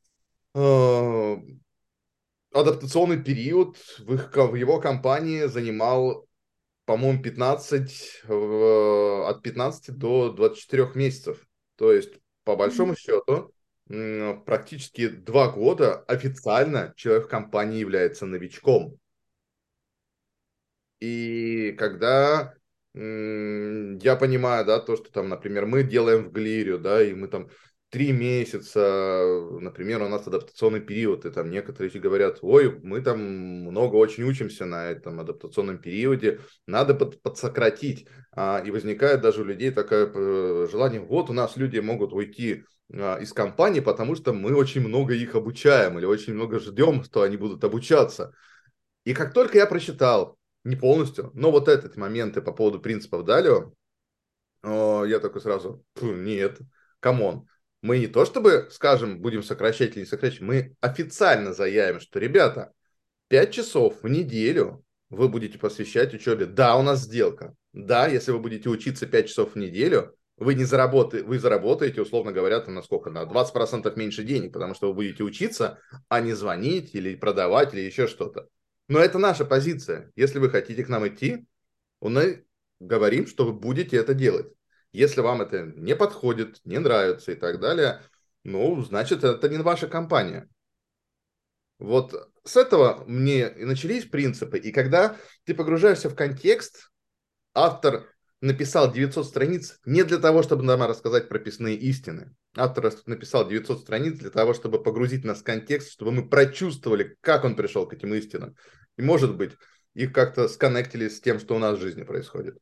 А, адаптационный период в, их, ко- в его компании занимал, по-моему, пятнадцать, э, от пятнадцати до двадцати четырёх месяцев. То есть, по большому счету, практически два года официально человек в компании является новичком. И когда м, я понимаю, да, то, что там, например, мы делаем в Глирию, да, и мы там три месяца, например, у нас адаптационный период, и там некоторые говорят, ой, мы там много очень учимся на этом адаптационном периоде, надо под, подсократить. А, и возникает даже у людей такое э, желание, вот у нас люди могут уйти а, из компании, потому что мы очень много их обучаем или очень много ждем, что они будут обучаться. И как только я прочитал, не полностью, но вот этот моменты по поводу принципов Далио, о, я такой сразу, «Фу, нет, камон. Мы не то чтобы, скажем, будем сокращать или не сокращать, мы официально заявим, что, ребята, пять часов в неделю вы будете посвящать учебе. Да, у нас сделка. Да, если вы будете учиться пять часов в неделю, вы не заработаете, вы заработаете, условно говоря, там на сколько? На двадцать процентов меньше денег, потому что вы будете учиться, а не звонить или продавать или еще что-то. Но это наша позиция. Если вы хотите к нам идти, мы говорим, что вы будете это делать. Если вам это не подходит, не нравится и так далее, ну, значит, это не ваша компания. Вот с этого мне и начались принципы. И когда ты погружаешься в контекст, автор написал девятьсот страниц не для того, чтобы нам рассказать прописные истины. Автор написал девятьсот страниц для того, чтобы погрузить нас в контекст, чтобы мы прочувствовали, как он пришел к этим истинам. И, может быть, их как-то сконнектили с тем, что у нас в жизни происходит.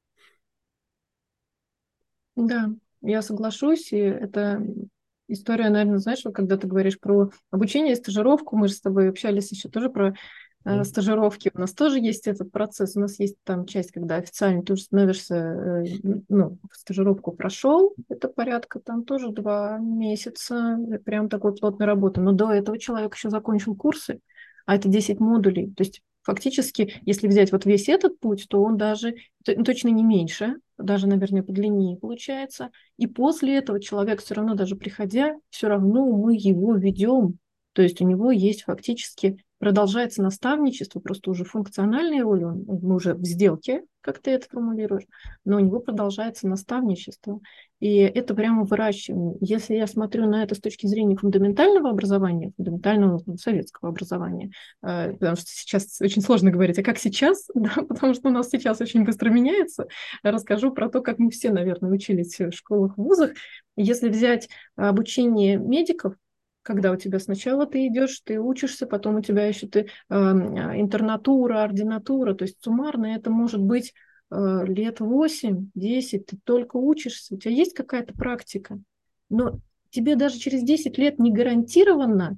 Да, я соглашусь, и это история, наверное, знаешь, вот когда ты говоришь про обучение и стажировку, мы же с тобой общались еще тоже про э, стажировки, у нас тоже есть этот процесс, у нас есть там часть, когда официально ты уже становишься, э, ну, стажировку прошел, это порядка там тоже два месяца, прям такой плотной работы, но до этого человек еще закончил курсы, а это десять модулей, то есть фактически, если взять вот весь этот путь, то он даже точно не меньше, даже, наверное, подлиннее получается. И после этого человек все равно, даже приходя, все равно мы его ведем. То есть у него есть фактически, продолжается наставничество, просто уже функциональной роли, он, мы уже в сделке, как ты это формулируешь, но у него продолжается наставничество. И это прямо выращивание. Если я смотрю на это с точки зрения фундаментального образования, фундаментального советского образования, потому что сейчас очень сложно говорить, а как сейчас, да, потому что у нас сейчас очень быстро меняется, расскажу про то, как мы все, наверное, учились в школах, в вузах. Если взять обучение медиков, когда у тебя сначала ты идешь, ты учишься, потом у тебя еще ты, э, интернатура, ординатура, то есть суммарно это может быть э, лет восемь-десять, ты только учишься, у тебя есть какая-то практика, но тебе даже через десять лет не гарантированно,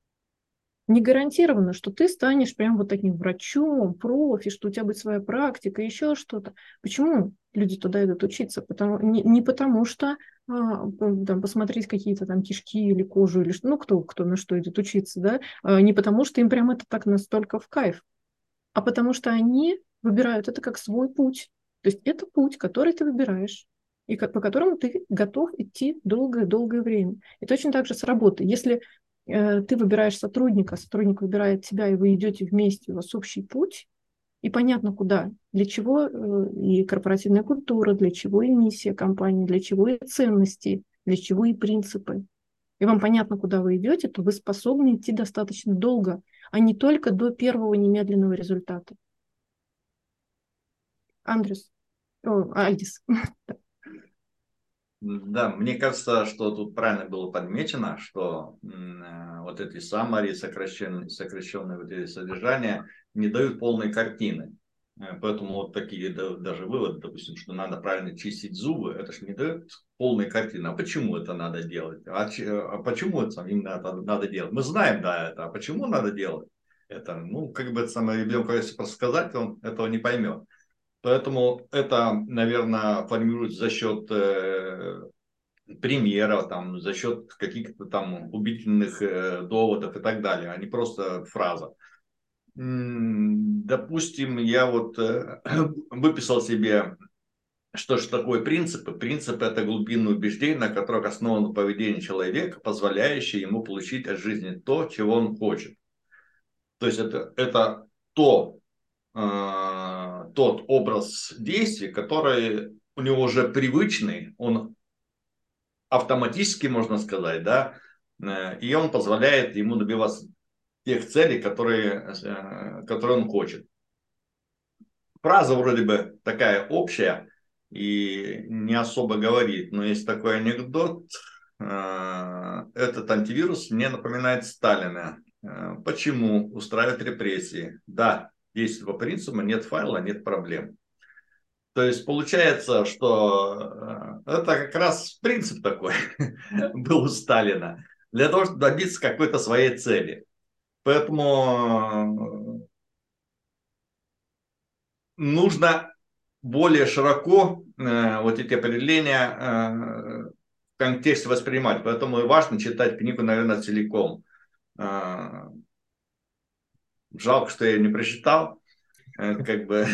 не гарантированно, что ты станешь прям вот таким врачом, профи, что у тебя будет своя практика, еще что-то. Почему люди туда идут учиться? Потому, не, не потому что а, там, посмотреть какие-то там кишки или кожу, или что, ну кто, кто на что идет учиться, да? А, не потому что им прям это так настолько в кайф, а потому что они выбирают это как свой путь. То есть это путь, который ты выбираешь, и как, по которому ты готов идти долгое-долгое время. И точно так же с работой. Если э, ты выбираешь сотрудника, сотрудник выбирает тебя, и вы идете вместе, у вас общий путь, и понятно куда, для чего э, и корпоративная культура, для чего и миссия компании, для чего и ценности, для чего и принципы. И вам понятно, куда вы идете, то вы способны идти достаточно долго, а не только до первого немедленного результата. Андрюс, о, Альдис. Да, мне кажется, что тут правильно было подмечено, что э, вот эти summary, сокращенные, сокращенные вот эти содержания не дают полной картины. Э, Поэтому вот такие да, даже выводы, допустим, что надо правильно чистить зубы, это же не дает полной картины. А почему это надо делать? А, ч- а почему это именно это надо делать? Мы знаем, да, это. А почему надо делать это? Ну, как бы это самое ребенку, если просто сказать, он этого не поймет. Поэтому это, наверное, формируется за счет э, примеров, там, за счет каких-то там убедительных э, доводов и так далее, а не просто фраза. М, Допустим, я вот э, выписал себе, что же такое принципы. Принципы – это глубинные убеждения, на которых основано поведение человека, позволяющее ему получить от жизни то, чего он хочет. То есть это, это то, э, тот образ действий, который у него уже привычный, он автоматически, можно сказать, да, и он позволяет ему добиваться тех целей, которые, которые он хочет. Фраза вроде бы такая общая и не особо говорит, но есть такой анекдот. Этот антивирус мне напоминает Сталина. Почему устраивают репрессии? Да, действие по принципу нет файла, нет проблем. То есть получается, что это как раз принцип такой был у Сталина для того, чтобы добиться какой-то своей цели. Поэтому нужно более широко э, вот эти определения э, в контексте воспринимать. Поэтому и важно читать книгу, наверное, целиком. Э, жалко, что я ее не прочитал. Э, как бы,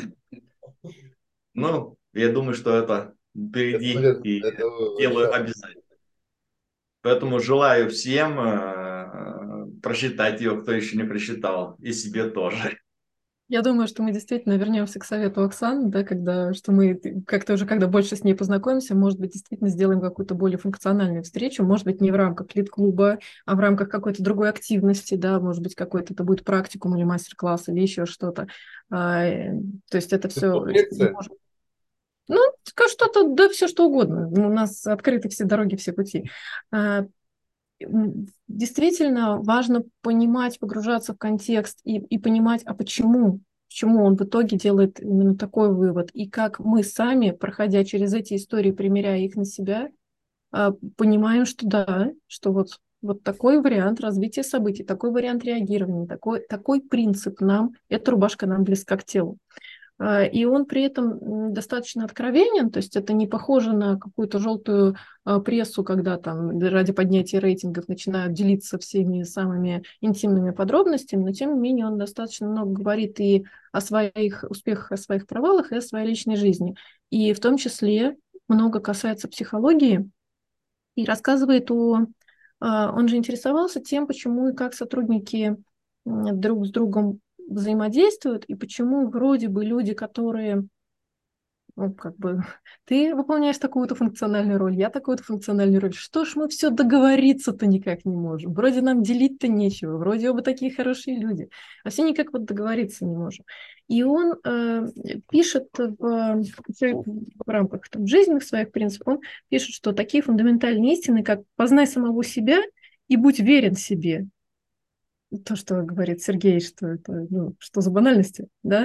ну, я думаю, что это впереди Это, и это делаю сейчас. обязательно. Поэтому желаю всем э, прочитать ее, кто еще не прочитал, и себе тоже. Я думаю, что мы действительно вернемся к совету Оксаны, да, когда, что мы как-то уже, когда больше с ней познакомимся, может быть, действительно сделаем какую-то более функциональную встречу, может быть, не в рамках лид-клуба, а в рамках какой-то другой активности, да, может быть, какой-то это будет практикум или мастер-класс или еще что-то. А, э, то есть это все... Лекция? Ну, что-то, да, все что угодно. У нас открыты все дороги, все пути. А, действительно важно понимать, погружаться в контекст и, и понимать, а почему, почему он в итоге делает именно такой вывод. И как мы сами, проходя через эти истории, примеряя их на себя, а, понимаем, что да, что вот, вот такой вариант развития событий, такой вариант реагирования, такой, такой принцип нам, эта рубашка нам близка к телу. И он при этом достаточно откровенен, то есть это не похоже на какую-то желтую прессу, когда там ради поднятия рейтингов начинают делиться всеми самыми интимными подробностями, но тем не менее он достаточно много говорит и о своих успехах, о своих провалах, и о своей личной жизни. И в том числе много касается психологии и рассказывает о... Он же интересовался тем, почему и как сотрудники друг с другом взаимодействуют, и почему вроде бы люди, которые, ну, как бы, ты выполняешь такую-то функциональную роль, я такую-то функциональную роль, что ж мы все договориться-то никак не можем, вроде нам делить-то нечего, вроде оба такие хорошие люди, а все никак вот договориться не можем. И он э, пишет в, в рамках там, жизненных своих принципов, он пишет, что такие фундаментальные истины, как «познай самого себя и будь верен себе», то, что говорит Сергей, что это, ну, что за банальности, да,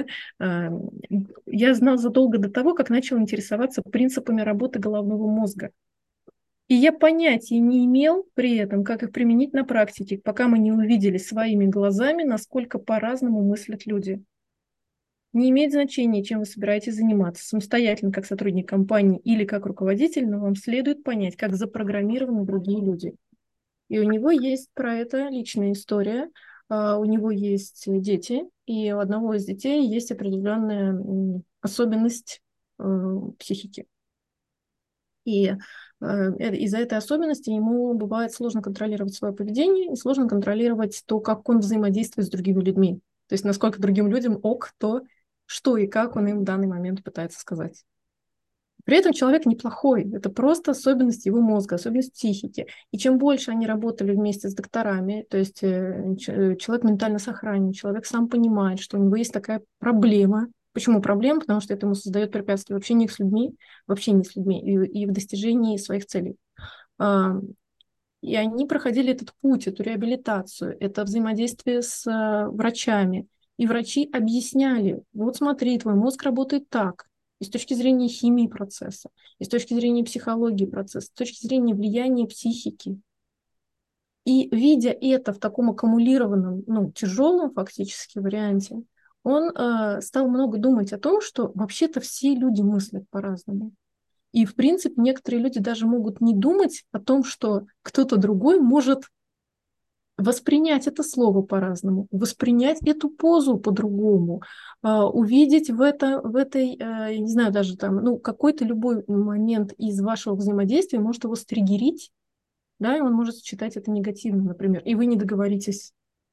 я знал задолго до того, как начал интересоваться принципами работы головного мозга. И я понятия не имел при этом, как их применить на практике, пока мы не увидели своими глазами, насколько по-разному мыслят люди. Не имеет значения, чем вы собираетесь заниматься, самостоятельно, как сотрудник компании или как руководитель, но вам следует понять, как запрограммированы другие люди. И у него есть про это личная история. Uh, у него есть дети, и у одного из детей есть определенная um, особенность uh, психики. И uh, из-за этой особенности ему бывает сложно контролировать свое поведение и сложно контролировать то, как он взаимодействует с другими людьми. То есть насколько другим людям ок то, что и как он им в данный момент пытается сказать. При этом человек неплохой, это просто особенность его мозга, особенность психики. И чем больше они работали вместе с докторами, то есть человек ментально сохранен, человек сам понимает, что у него есть такая проблема. Почему проблема? Потому что это ему создает препятствия в общении с людьми, в общении с людьми и, и в достижении своих целей. И они проходили этот путь, эту реабилитацию, это взаимодействие с врачами. И врачи объясняли, вот смотри, твой мозг работает так, и с точки зрения химии процесса, и с точки зрения психологии процесса, с точки зрения влияния психики. И видя это в таком аккумулированном, ну, тяжелом фактически варианте, он э, стал много думать о том, что вообще-то все люди мыслят по-разному. И, в принципе, некоторые люди даже могут не думать о том, что кто-то другой может воспринять это слово по-разному, воспринять эту позу по-другому, увидеть в, это, в этой, я не знаю, даже там, ну, какой-то любой момент из вашего взаимодействия может его стригерить, да, и он может считать это негативным, например, и вы не договоритесь.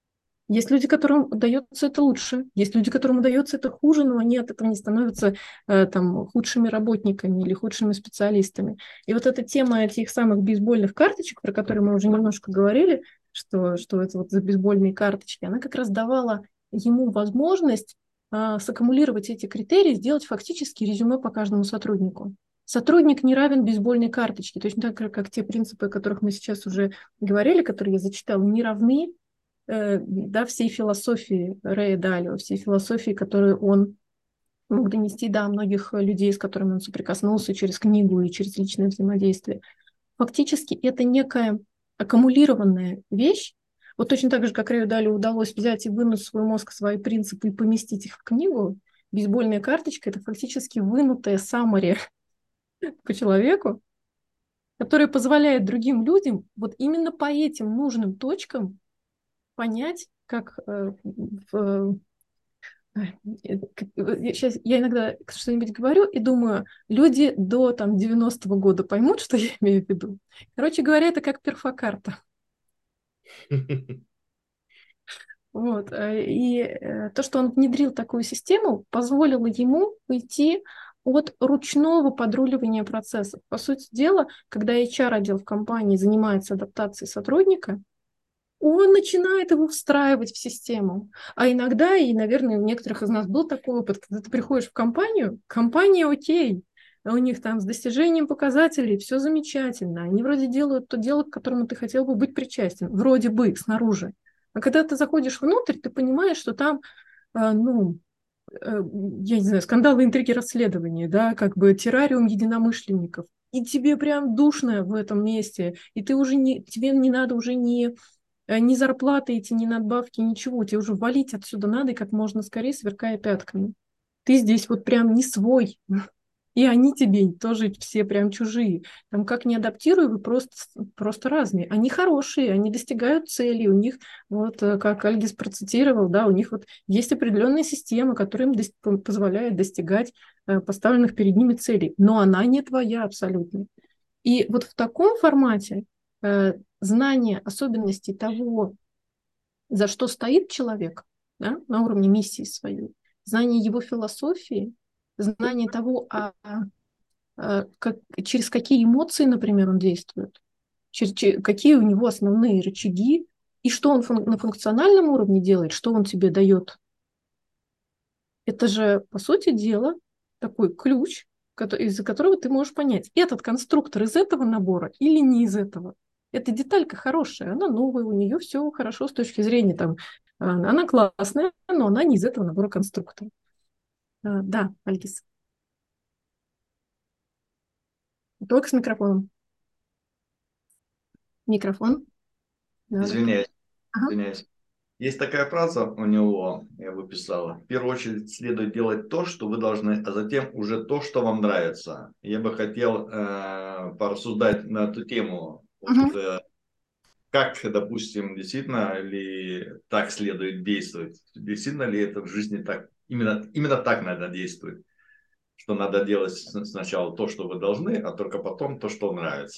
Есть люди, которым удается это лучше, есть люди, которым удается это хуже, но они от этого не становятся э, там, худшими работниками или худшими специалистами. И вот эта тема этих самых бейсбольных карточек, про которые мы уже немножко говорили, что, что это вот за бейсбольные карточки, она как раз давала ему возможность э, саккумулировать эти критерии, сделать фактически резюме по каждому сотруднику. Сотрудник не равен бейсбольной карточке, точно так же, как те принципы, о которых мы сейчас уже говорили, которые я зачитала, не равны да, всей философии Рэя Далио, всей философии, которую он мог донести до многих людей, с которыми он соприкоснулся через книгу и через личное взаимодействие. Фактически это некая аккумулированная вещь. Вот точно так же, как Рэю Далио удалось взять и вынуть в свой мозг свои принципы и поместить их в книгу, бейсбольная карточка – это фактически вынутая саммари по человеку, которая позволяет другим людям вот именно по этим нужным точкам понять, как э, в, э, сейчас я иногда что-нибудь говорю и думаю, люди до там девяностого года поймут, что я имею в виду. Короче говоря, это как перфокарта. Вот. И э, то, что он внедрил такую систему, позволило ему уйти от ручного подруливания процессов. По сути дела, когда эйч ар-отдел в компании занимается адаптацией сотрудника, он начинает его встраивать в систему. А иногда, и, наверное, у некоторых из нас был такой опыт, когда ты приходишь в компанию, компания окей, у них там с достижением показателей все замечательно, они вроде делают то дело, к которому ты хотел бы быть причастен, вроде бы, снаружи. А когда ты заходишь внутрь, ты понимаешь, что там, ну, я не знаю, скандалы, интриги, расследования, да, как бы террариум единомышленников, и тебе прям душно в этом месте, и ты уже не, тебе не надо уже не ни зарплаты эти, ни надбавки, ничего. Тебе уже валить отсюда надо, и как можно скорее, сверкая пятками. Ты здесь вот прям не свой. И они тебе тоже все прям чужие. Там как не адаптируй, вы просто, просто разные. Они хорошие, они достигают цели. У них, вот как Альгис процитировал, да, у них вот есть определенная система, которая им до- позволяет достигать э, поставленных перед ними целей. Но она не твоя абсолютно. И вот в таком формате э, знание особенностей того, за что стоит человек, да, на уровне миссии своей, знание его философии, знание того, а, а, как, через какие эмоции, например, он действует, через, через, какие у него основные рычаги, и что он фун- на функциональном уровне делает, что он тебе дает. Это же, по сути дела, такой ключ, из-за которого ты можешь понять, этот конструктор из этого набора или не из этого. Эта деталька хорошая, она новая, у нее все хорошо с точки зрения, там, она классная, но она не из этого набора конструктора. Да, Альгис. Только с микрофоном. Микрофон. Извиняюсь, ага. извиняюсь. Есть такая фраза у него, я выписала. В первую очередь следует делать то, что вы должны, а затем уже то, что вам нравится. Я бы хотел э, порассуждать на эту тему. Вот, Угу. э, как, допустим, действительно ли так следует действовать? Действительно ли это в жизни так? Именно, именно так надо действовать. Что надо делать сначала то, что вы должны, а только потом то, что нравится.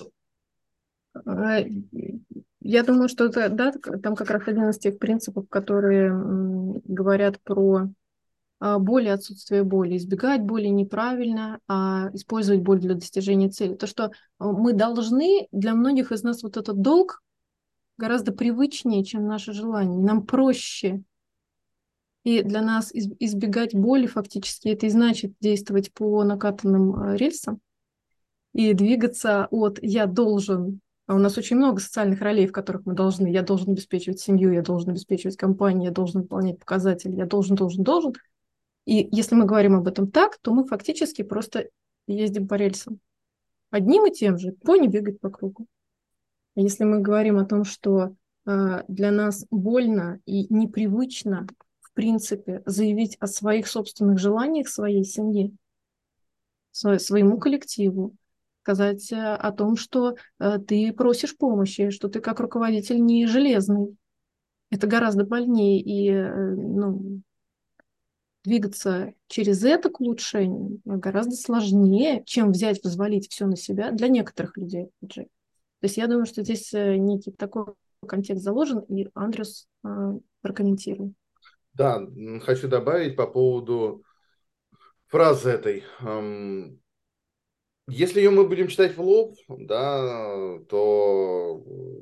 Я думаю, что это, да, там как раз один из тех принципов, которые м, говорят про а, боль и отсутствие боли. Избегать боли неправильно, а использовать боль для достижения цели. То, что мы должны, для многих из нас вот этот долг гораздо привычнее, чем наше желание. Нам проще. И для нас избегать боли фактически это и значит действовать по накатанным рельсам и двигаться от «я должен». А у нас очень много социальных ролей, в которых мы должны. Я должен обеспечивать семью, я должен обеспечивать компанию, я должен выполнять показатели, я должен, должен, должен. И если мы говорим об этом так, то мы фактически просто ездим по рельсам. Одним и тем же, пони бегает по кругу. А если мы говорим о том, что э, для нас больно и непривычно, в принципе, заявить о своих собственных желаниях своей семье, своему коллективу, сказать о том, что э, ты просишь помощи, что ты как руководитель не железный. Это гораздо больнее, и э, ну, двигаться через это к улучшению гораздо сложнее, чем взять, взвалить все на себя для некоторых людей. То есть я думаю, что здесь некий такой контекст заложен, и Андрюс э, прокомментирует. Да, м, хочу добавить по поводу фразы этой. Эм, Если ее мы будем читать в лоб, да, то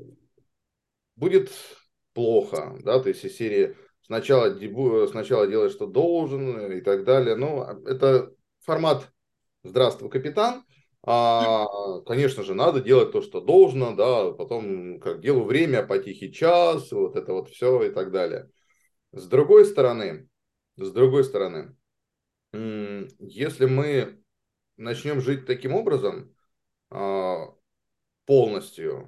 будет плохо, да, то есть из серии сначала, дебу, сначала делай, что должен и так далее. Ну, это формат «Здравствуй, капитан». А, конечно же, надо делать то, что должно, да, потом как делу время, по тихий час, вот это вот все и так далее. С другой стороны, с другой стороны, м, если мы начнем жить таким образом, а, полностью,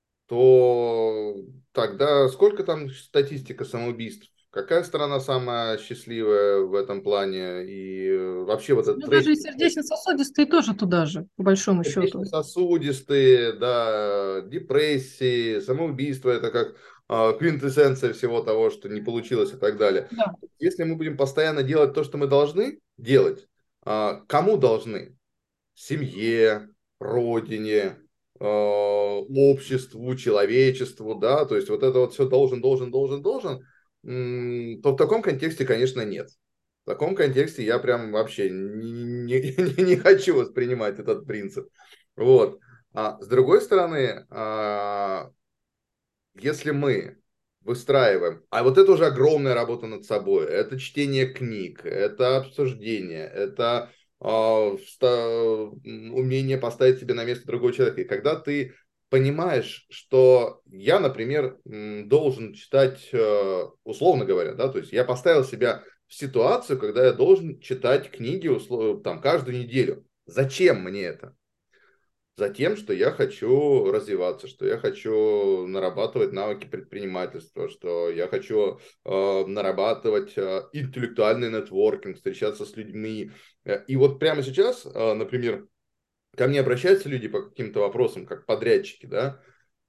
то тогда сколько там статистика самоубийств? Какая страна самая счастливая в этом плане? И э, вообще вот этот Ну, даже и рейтинг сердечно-сосудистые тоже туда же, по большому счету. сердечно-сосудистые, да, депрессии, самоубийство, это как а, квинтэссенция всего того, что не получилось и так далее. Да. Если мы будем постоянно делать то, что мы должны делать, а, кому должны? Семье, родине, э, обществу, человечеству, да, то есть вот это вот все должен, должен, должен, должен, м, то в таком контексте, конечно, нет. В таком контексте я прям вообще не, не, не хочу воспринимать этот принцип. Вот. А с другой стороны, а, если мы выстраиваем, а вот это уже огромная работа над собой, это чтение книг, это обсуждение, это а, вста- умение поставить себя на место другого человека. И когда ты понимаешь, что я, например, м, должен читать, э, условно говоря, да, то есть я поставил себя в ситуацию, когда я должен читать книги услов- там, каждую неделю. Зачем мне это? Затем, что я хочу развиваться, что я хочу нарабатывать навыки предпринимательства, что я хочу э, нарабатывать э, интеллектуальный нетворкинг, встречаться с людьми. Э, И вот прямо сейчас, э, например, ко мне обращаются люди по каким-то вопросам, как подрядчики, да.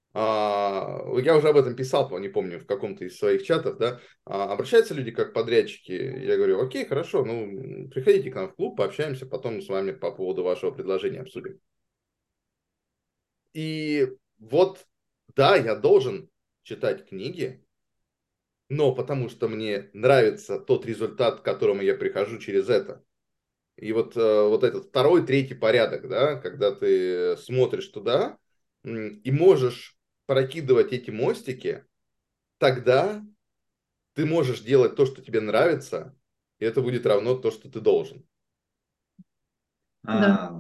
А, я уже об этом писал, не помню, в каком-то из своих чатов, да. А, обращаются люди как подрядчики. Я говорю, окей, хорошо, ну, приходите к нам в клуб, пообщаемся, потом с вами по поводу вашего предложения обсудим. И вот, да, я должен читать книги, но потому что мне нравится тот результат, к которому я прихожу через это. И вот, э, вот этот второй, третий порядок, да, когда ты смотришь туда м, и можешь прокидывать эти мостики, тогда ты можешь делать то, что тебе нравится, и это будет равно то, что ты должен. Да. А,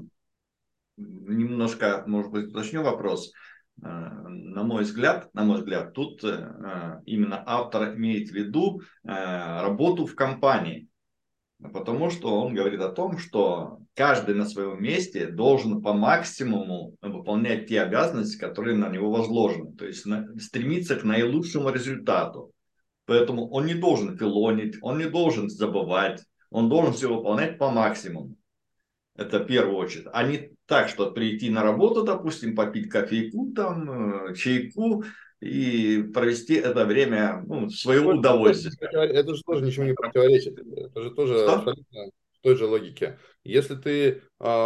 немножко, может быть, уточню вопрос. А, На мой взгляд, на мой взгляд, тут а, именно автор имеет в виду а, работу в компании. Потому что он говорит о том, что каждый на своем месте должен по максимуму выполнять те обязанности, которые на него возложены. То есть на- стремиться к наилучшему результату. Поэтому он не должен филонить, он не должен забывать, он должен все выполнять по максимуму. Это в первую очередь. А не так, что прийти на работу, допустим, попить кофейку, там, э, чайку и провести это время, ну, в свое Вот это тоже не удовольствие. противоречит- это же тоже ничего не противоречит. Это же тоже Что? абсолютно в той же логике. Если ты,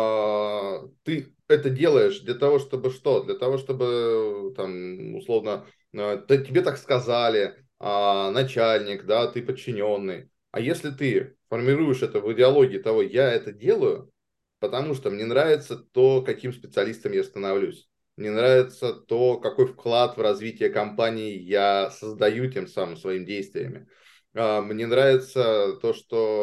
а, ты это делаешь для того, чтобы что? Для того, чтобы, там, условно, а, т- тебе так сказали, а, начальник, да, ты подчиненный. А если ты формируешь это в идеологии того, я это делаю, потому что мне нравится то, каким специалистом я становлюсь. Мне нравится то, какой вклад в развитие компании я создаю тем самым своими действиями. А, Мне нравится то,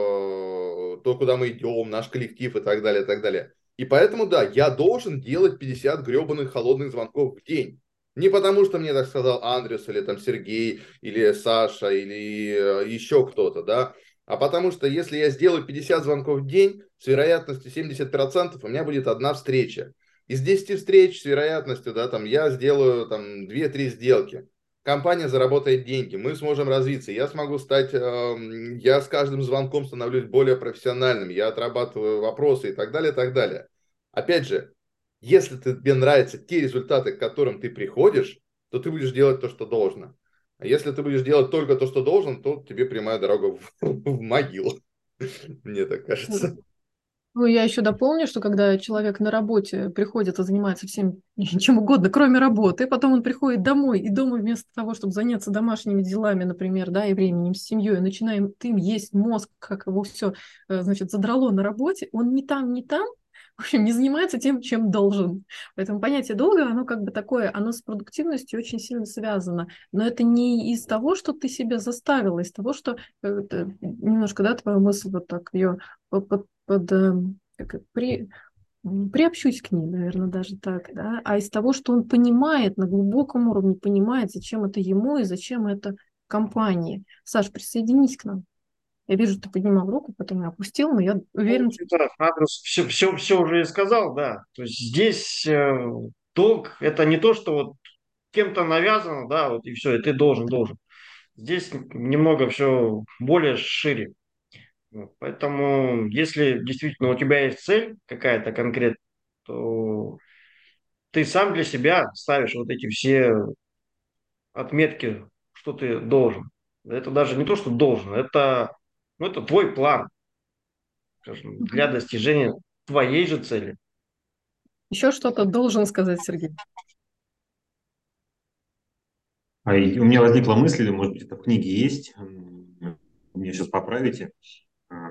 что то, куда мы идем, наш коллектив и так далее, и так далее. И поэтому, да, я должен делать пятьдесят гребаных холодных звонков в день. Не потому, что мне так сказал Андрюс, или там Сергей, или Саша, или э, еще кто-то, да, а потому что если я сделаю пятьдесят звонков в день, с вероятностью семьдесят процентов у меня будет одна встреча. Из десяти встреч с вероятностью, да, там, я сделаю там две-три сделки. Компания заработает деньги, мы сможем развиться, я смогу стать, э, я с каждым звонком становлюсь более профессиональным, я отрабатываю вопросы и так далее, и так далее. Опять же, если тебе нравятся те результаты, к которым ты приходишь, то ты будешь делать то, что должно. А если ты будешь делать только то, что должен, то тебе прямая дорога в, в могилу. Мне так кажется. Ну, я еще дополню, что когда человек на работе приходит и занимается всем чем угодно, кроме работы, потом он приходит домой, и дома вместо того, чтобы заняться домашними делами, например, да, и временем с семьей, начинаем им есть мозг, как его все, значит, задрало на работе, он ни там, ни там, в общем, не занимается тем, чем должен. Поэтому понятие долга, оно как бы такое, оно с продуктивностью очень сильно связано. Но это не из того, что ты себя заставила, из того, что э, это немножко, да, твою мысль вот так ее под, под, э, как это, при, м, приобщусь к ней, наверное, даже так, да, а из того, что он понимает, на глубоком уровне понимает, зачем это ему и зачем это компании. Саш, присоединись к нам. Я вижу, ты поднимал руку, потом я опустил, но я Ну, в уверен, что... общем-то, Андрес все, все, все уже и сказал, да. То есть здесь э, долг – это не то, что вот кем-то навязано, да, вот и все, и ты должен, должен. Здесь немного все более шире. Вот. Поэтому, если действительно у тебя есть цель какая-то конкретная, то ты сам для себя ставишь вот эти все отметки, что ты должен. Это даже не то, что должен, это, ну, это твой план, скажем, для достижения твоей же цели. Еще что-то должен сказать Сергей. А и у меня возникла мысль, может быть, это в книге есть, м, вы меня сейчас поправите. А,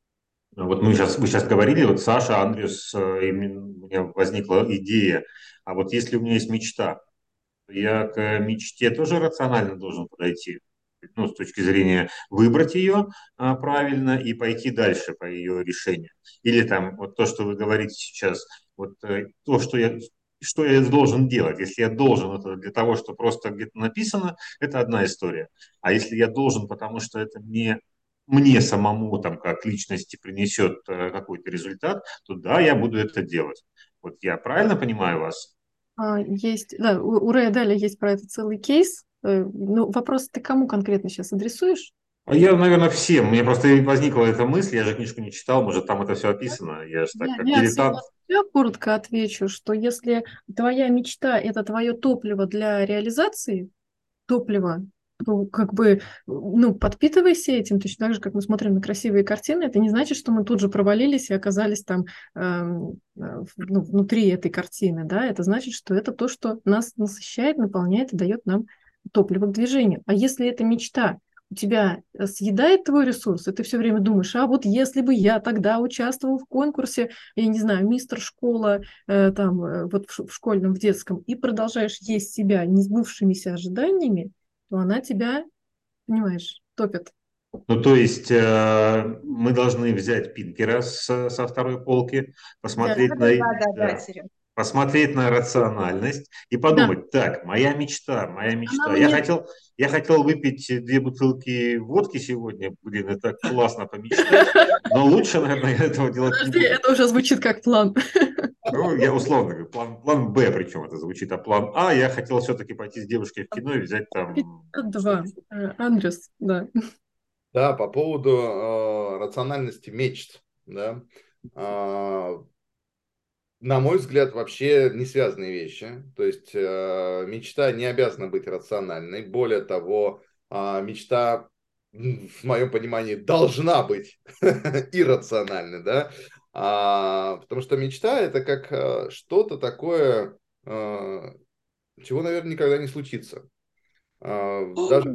Вот мы сейчас, вы сейчас говорили, вот Саша, Андрюс, э, и у меня возникла идея, а вот если у меня есть мечта, то я к мечте тоже рационально должен подойти, ну, с точки зрения выбрать ее а, правильно и пойти дальше по ее решению. Или там вот то, что вы говорите сейчас, вот э, то, что я, что я должен делать. Если я должен это для того, что просто где-то написано, это одна история. А если я должен, потому что это мне мне самому там как личности принесет э, какой-то результат, то да, я буду это делать. Вот я правильно понимаю вас? А, есть, да, у, у Рэя Далия есть про это целый кейс. Э, Ну, вопрос, ты кому конкретно сейчас адресуешь? А я, наверное, всем. Мне просто возникла эта мысль, я же книжку не читал, может, там это все описано. Я же так, Я, как я от себя, дилетант. от себя коротко отвечу, что если твоя мечта – это твое топливо для реализации, топливо, то как бы, ну, подпитывайся этим, точно так же, как мы смотрим на красивые картины, это не значит, что мы тут же провалились и оказались там эм, э, в- ну, внутри этой картины, да, это значит, что это то, что нас насыщает, наполняет и дает нам топливо к движению. А если эта мечта у тебя э, съедает твой ресурс, и ты все время думаешь, а вот если бы я тогда участвовал в конкурсе, я не знаю, мистер школа, э, там, э, вот в, ш- в школьном, в детском, и продолжаешь есть себя несбывшимися ожиданиями, то она тебя, понимаешь, топит. Ну, то есть э, мы должны взять Пинкера с- со второй полки, Да, посмотреть на, Да, да, да, да, Серега. посмотреть на рациональность и да, подумать, так, моя мечта, моя она мечта. Я мне... хотел, я хотел выпить две бутылки водки сегодня, блин, это классно помечтать, но лучше, наверное, я этого делать не Подожди, буду. это уже звучит как план. Ну, я условно говорю, план, план Б, причем это звучит, а план А, я хотел все-таки пойти с девушкой в кино и взять там Два. что-то. Э, Андрес, да. Да, по поводу э, рациональности мечт, да, А, на мой взгляд, вообще не связанные вещи. То есть э, мечта не обязана быть рациональной. Более того, а, мечта, м, в моем понимании, должна быть иррациональной, да. А, потому что мечта это как э, что-то такое, э, чего, наверное, никогда не случится. А, даже,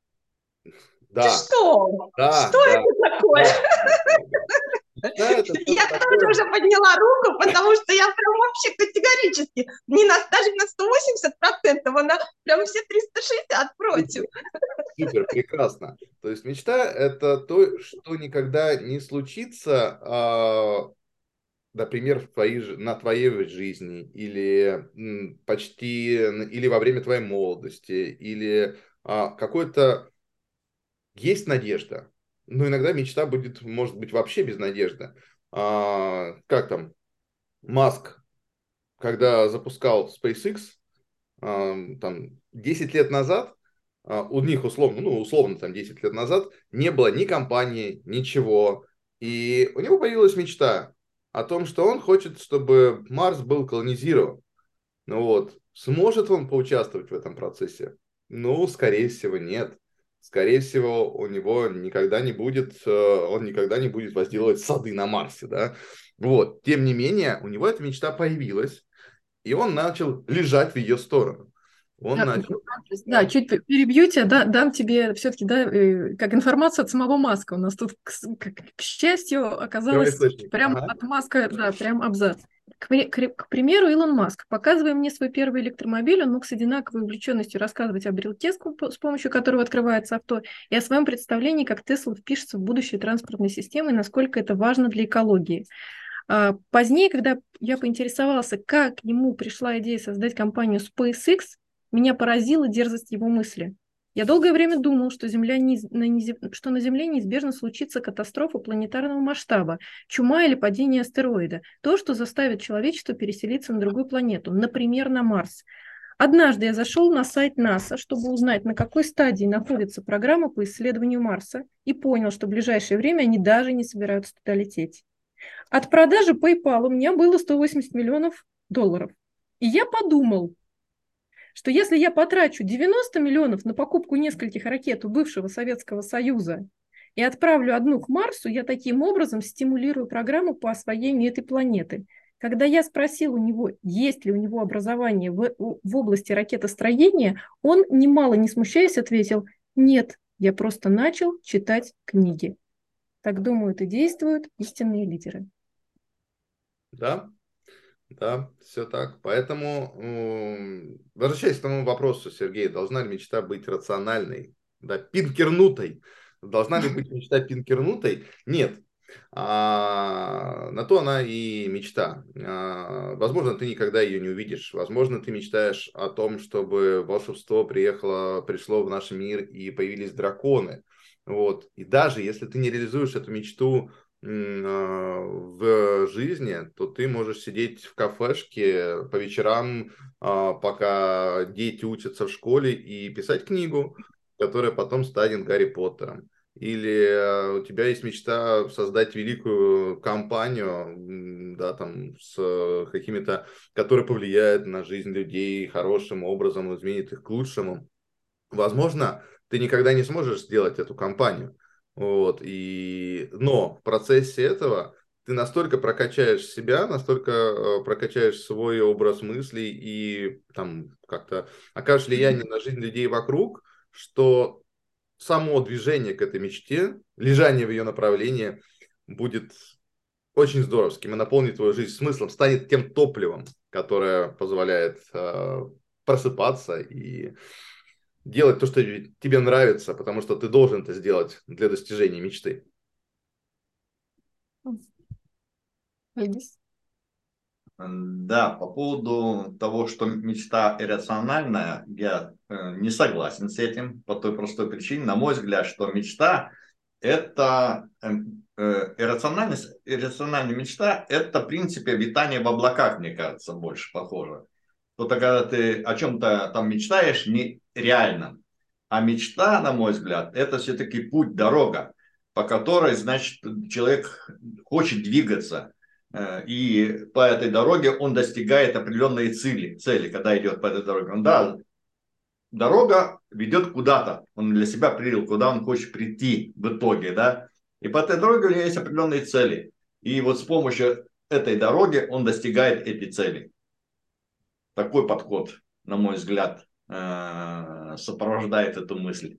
Ты да, что? да, Что да, это такое? да, да, да, да. Мечта это что-то Я тоже такое. уже подняла руку, потому что я прям вообще категорически, не на, даже на сто восемьдесят процентов, она прям все триста шестьдесят против. Супер, супер, прекрасно. То есть мечта это то, что никогда не случится, а, например, в твоей, жи- на твоей жизни, или м, почти, н- или во время твоей молодости, или а, какой-то есть надежда. Но иногда мечта будет, может быть, вообще без надежды. А, как там, Маск, когда запускал SpaceX, а, там, десять лет назад, а, у них условно, ну, условно, там, десять лет назад не было ни компании, ничего. И у него появилась мечта о том, что он хочет, чтобы Марс был колонизирован. Ну вот, сможет он поучаствовать в этом процессе? Ну, скорее всего, нет. скорее всего, у него никогда не будет, он никогда не будет возделывать сады на Марсе, да. Вот. Тем не менее, у него эта мечта появилась, и он начал лежать в ее сторону. Он Да, начал... да, чуть перебью тебя, да, дам тебе все-таки, да, э, как информацию от самого Маска. У нас тут, к, к, к счастью, оказалось прям ага. от Маска, да, прям абзац. К, к, к примеру, Илон Маск, показывая мне свой первый электромобиль, он мог с одинаковой увлеченностью рассказывать о брелке, с помощью которого открывается авто, и о своем представлении, как Тесла впишется в будущее транспортной системы и насколько это важно для экологии. Позднее, когда я поинтересовался, как ему пришла идея создать компанию SpaceX, меня поразила дерзость его мысли. Я долгое время думал, что, Земля не, что на Земле неизбежно случится катастрофа планетарного масштаба, чума или падение астероида, то, что заставит человечество переселиться на другую планету, например, на Марс. Однажды я зашел на сайт НАСА, чтобы узнать, на какой стадии находится программа по исследованию Марса, и понял, что в ближайшее время они даже не собираются туда лететь. От продажи PayPal у меня было сто восемьдесят миллионов долларов. И я подумал, что если я потрачу девяносто миллионов на покупку нескольких ракет у бывшего Советского Союза и отправлю одну к Марсу, я таким образом стимулирую программу по освоению этой планеты. Когда я спросил у него, есть ли у него образование в, в области ракетостроения, он, немало не смущаясь, ответил: нет, я просто начал читать книги. Так думают и действуют истинные лидеры. Да. Да, все так. Поэтому, возвращаясь к тому вопросу, Сергей, должна ли мечта быть рациональной, да, пинкернутой? Должна ли быть мечта пинкернутой? Нет. А, на то она и мечта. А, возможно, ты никогда ее не увидишь. Возможно, ты мечтаешь о том, чтобы волшебство приехало, пришло в наш мир и появились драконы. Вот. И даже если ты не реализуешь эту мечту в жизни, то ты можешь сидеть в кафешке по вечерам, пока дети учатся в школе, и писать книгу, которая потом станет Гарри Поттером. Или у тебя есть мечта создать великую компанию, да, там, с какими-то, которая повлияет на жизнь людей хорошим образом, изменит их к лучшему. Возможно, ты никогда не сможешь сделать эту компанию. Вот, и... Но в процессе этого ты настолько прокачаешь себя, настолько прокачаешь свой образ мыслей и там как-то окажешь влияние на жизнь людей вокруг, что само движение к этой мечте, лежание в ее направлении будет очень здоровским и наполнит твою жизнь смыслом, станет тем топливом, которое позволяет э, просыпаться и делать то, что тебе нравится, потому что ты должен это сделать для достижения мечты. Да, по поводу того, что мечта иррациональная, я э, не согласен с этим по той простой причине, на мой взгляд, что мечта это э, э, иррациональность, иррациональная мечта это в принципе витание в облаках, мне кажется, больше похоже. То-то, когда ты о чем-то там мечтаешь, нереально. А мечта, на мой взгляд, это все-таки путь, дорога, по которой, значит, человек хочет двигаться. И по этой дороге он достигает определенные цели, цели, когда идет по этой дороге. Он, да, дорога ведет куда-то. Он для себя определил, куда он хочет прийти в итоге, да. И по этой дороге у него есть определенные цели. И вот с помощью этой дороги он достигает эти цели. Такой подход, на мой взгляд, сопровождает эту мысль.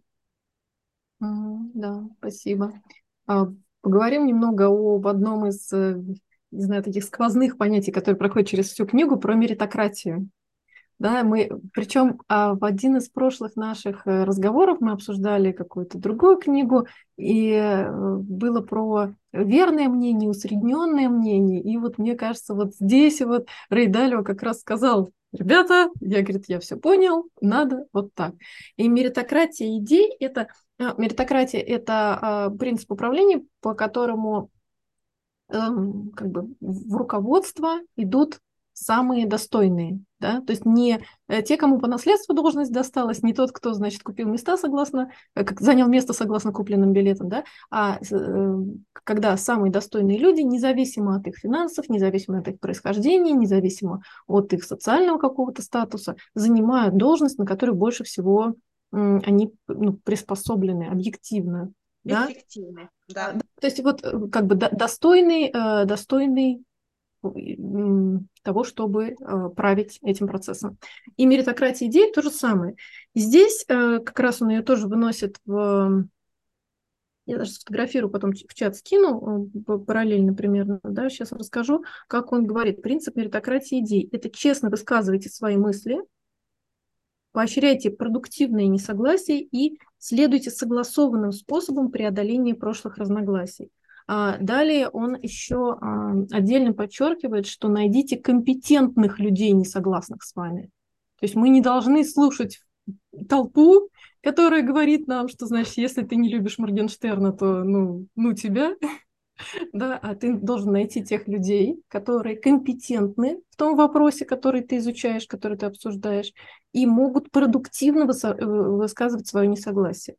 Да, спасибо. Поговорим немного об одном из, не знаю, таких сквозных понятий, которые проходят через всю книгу, про меритократию. Да, мы, причем в один из прошлых наших разговоров мы обсуждали какую-то другую книгу, и было про верное мнение, усредненное мнение. И вот мне кажется, вот здесь вот Рэй Далио как раз сказал: ребята, я, говорит, я все понял, надо вот так. И меритократия идей, это, меритократия – это принцип управления, по которому как бы в руководство идут самые достойные, да, то есть не те, кому по наследству должность досталась, не тот, кто, значит, купил места согласно, как занял место согласно купленным билетам, да, а когда самые достойные люди, независимо от их финансов, независимо от их происхождения, независимо от их социального какого-то статуса, занимают должность, на которой больше всего они ну, приспособлены объективно. Да? Эффективны, да. То есть вот как бы достойный, достойный того, чтобы править этим процессом. И меритократия идей то же самое. И здесь как раз он ее тоже выносит в... Я даже сфотографирую, потом в чат скину параллельно примерно, да, сейчас расскажу, как он говорит. Принцип меритократии идей – это честно высказывайте свои мысли, поощряйте продуктивные несогласия и следуйте согласованным способом преодоления прошлых разногласий. А далее он еще а, отдельно подчеркивает, что найдите компетентных людей, не согласных с вами. То есть мы не должны слушать толпу, которая говорит нам, что, значит, если ты не любишь Моргенштерна, то ну, ну тебя. Да, а ты должен найти тех людей, которые компетентны в том вопросе, который ты изучаешь, который ты обсуждаешь, и могут продуктивно высказывать свое несогласие.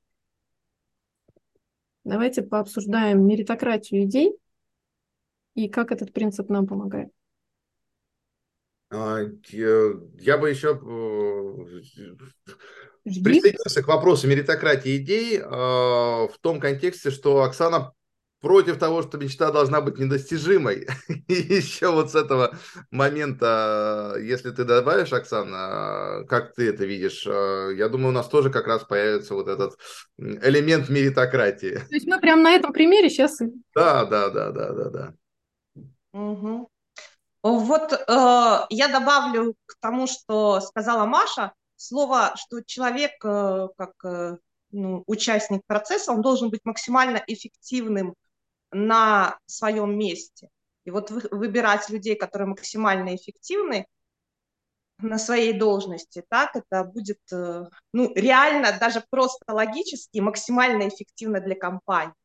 Давайте пообсуждаем меритократию идей и как этот принцип нам помогает. Я бы еще присоединился к вопросу меритократии идей в том контексте, что Оксана против того, что мечта должна быть недостижимой. И еще вот с этого момента, если ты добавишь, Оксана, как ты это видишь, я думаю, у нас тоже как раз появится вот этот элемент меритократии. То есть мы прямо на этом примере сейчас... Да, да, да, да, да, да. Угу. Вот э, я добавлю к тому, что сказала Маша, слово, что человек, э, как э, ну, участник процесса, он должен быть максимально эффективным на своем месте. И вот вы, выбирать людей, которые максимально эффективны на своей должности, так, это будет э, ну, реально, даже просто логически, максимально эффективно для компании.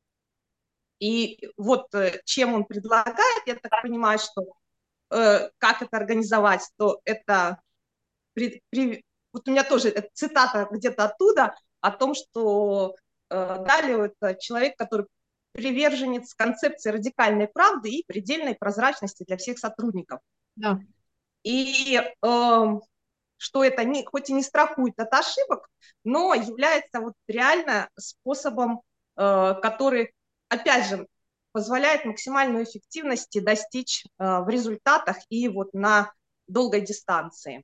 И вот э, чем он предлагает, я так понимаю, что э, как это организовать, то это... При, при, вот у меня тоже цитата где-то оттуда о том, что э, далее это человек, который приверженец концепции радикальной правды и предельной прозрачности для всех сотрудников. Да. И э, что это не, хоть и не страхует от ошибок, но является вот реально способом, э, который, опять же, позволяет максимальную эффективность достичь э, в результатах и вот на долгой дистанции.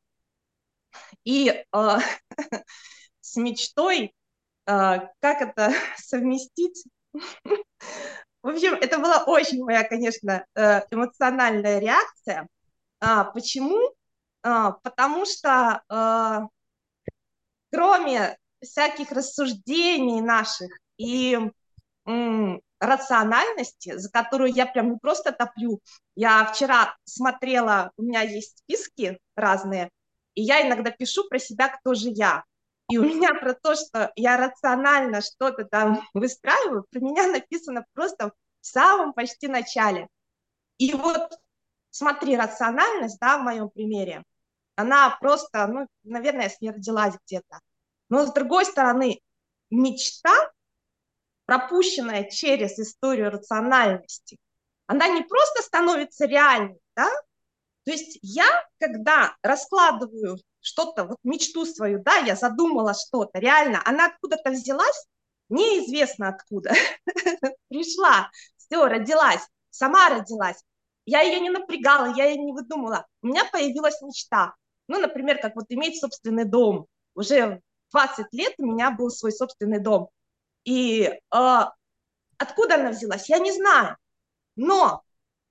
И э, с мечтой, э, как это совместить? В общем, это была очень моя, конечно, эмоциональная реакция. А, почему? А, потому что а, кроме всяких рассуждений наших и м, рациональности, за которую я прям не просто топлю, я вчера смотрела, у меня есть списки разные, и я иногда пишу про себя, кто же я. И у меня про то, что я рационально что-то там выстраиваю, про меня написано просто в самом почти начале. И вот смотри, рациональность, да, в моем примере, она просто, ну, наверное, я с ней родилась где-то. Но с другой стороны, мечта, пропущенная через историю рациональности, она не просто становится реальной, да? То есть я, когда раскладываю что-то, вот мечту свою, да, я задумала что-то, реально, она откуда-то взялась, неизвестно откуда, пришла, все, родилась, сама родилась. Я ее не напрягала, я ее не выдумала. У меня появилась мечта. Ну, например, как вот иметь собственный дом. Уже в двадцать лет у меня был свой собственный дом. И э, откуда она взялась, я не знаю. Но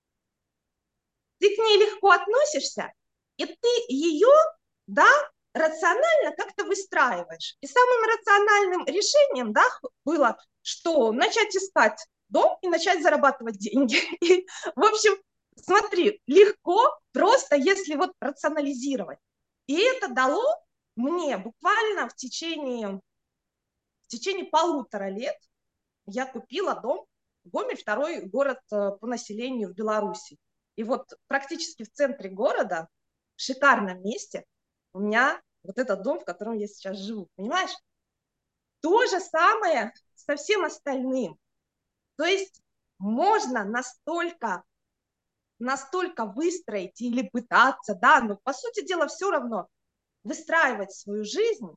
ты к ней легко относишься, и ты ее, да, рационально как-то выстраиваешь. И самым рациональным решением, да, было, что начать искать дом и начать зарабатывать деньги. И, в общем, смотри, легко, просто если вот рационализировать. И это дало мне буквально в течение, в течение полутора лет я купила дом. Гомель – второй город по населению в Беларуси. И вот практически в центре города, в шикарном месте, у меня вот этот дом, в котором я сейчас живу, понимаешь? То же самое со всем остальным. То есть можно настолько, настолько выстроить или пытаться, да, но по сути дела все равно выстраивать свою жизнь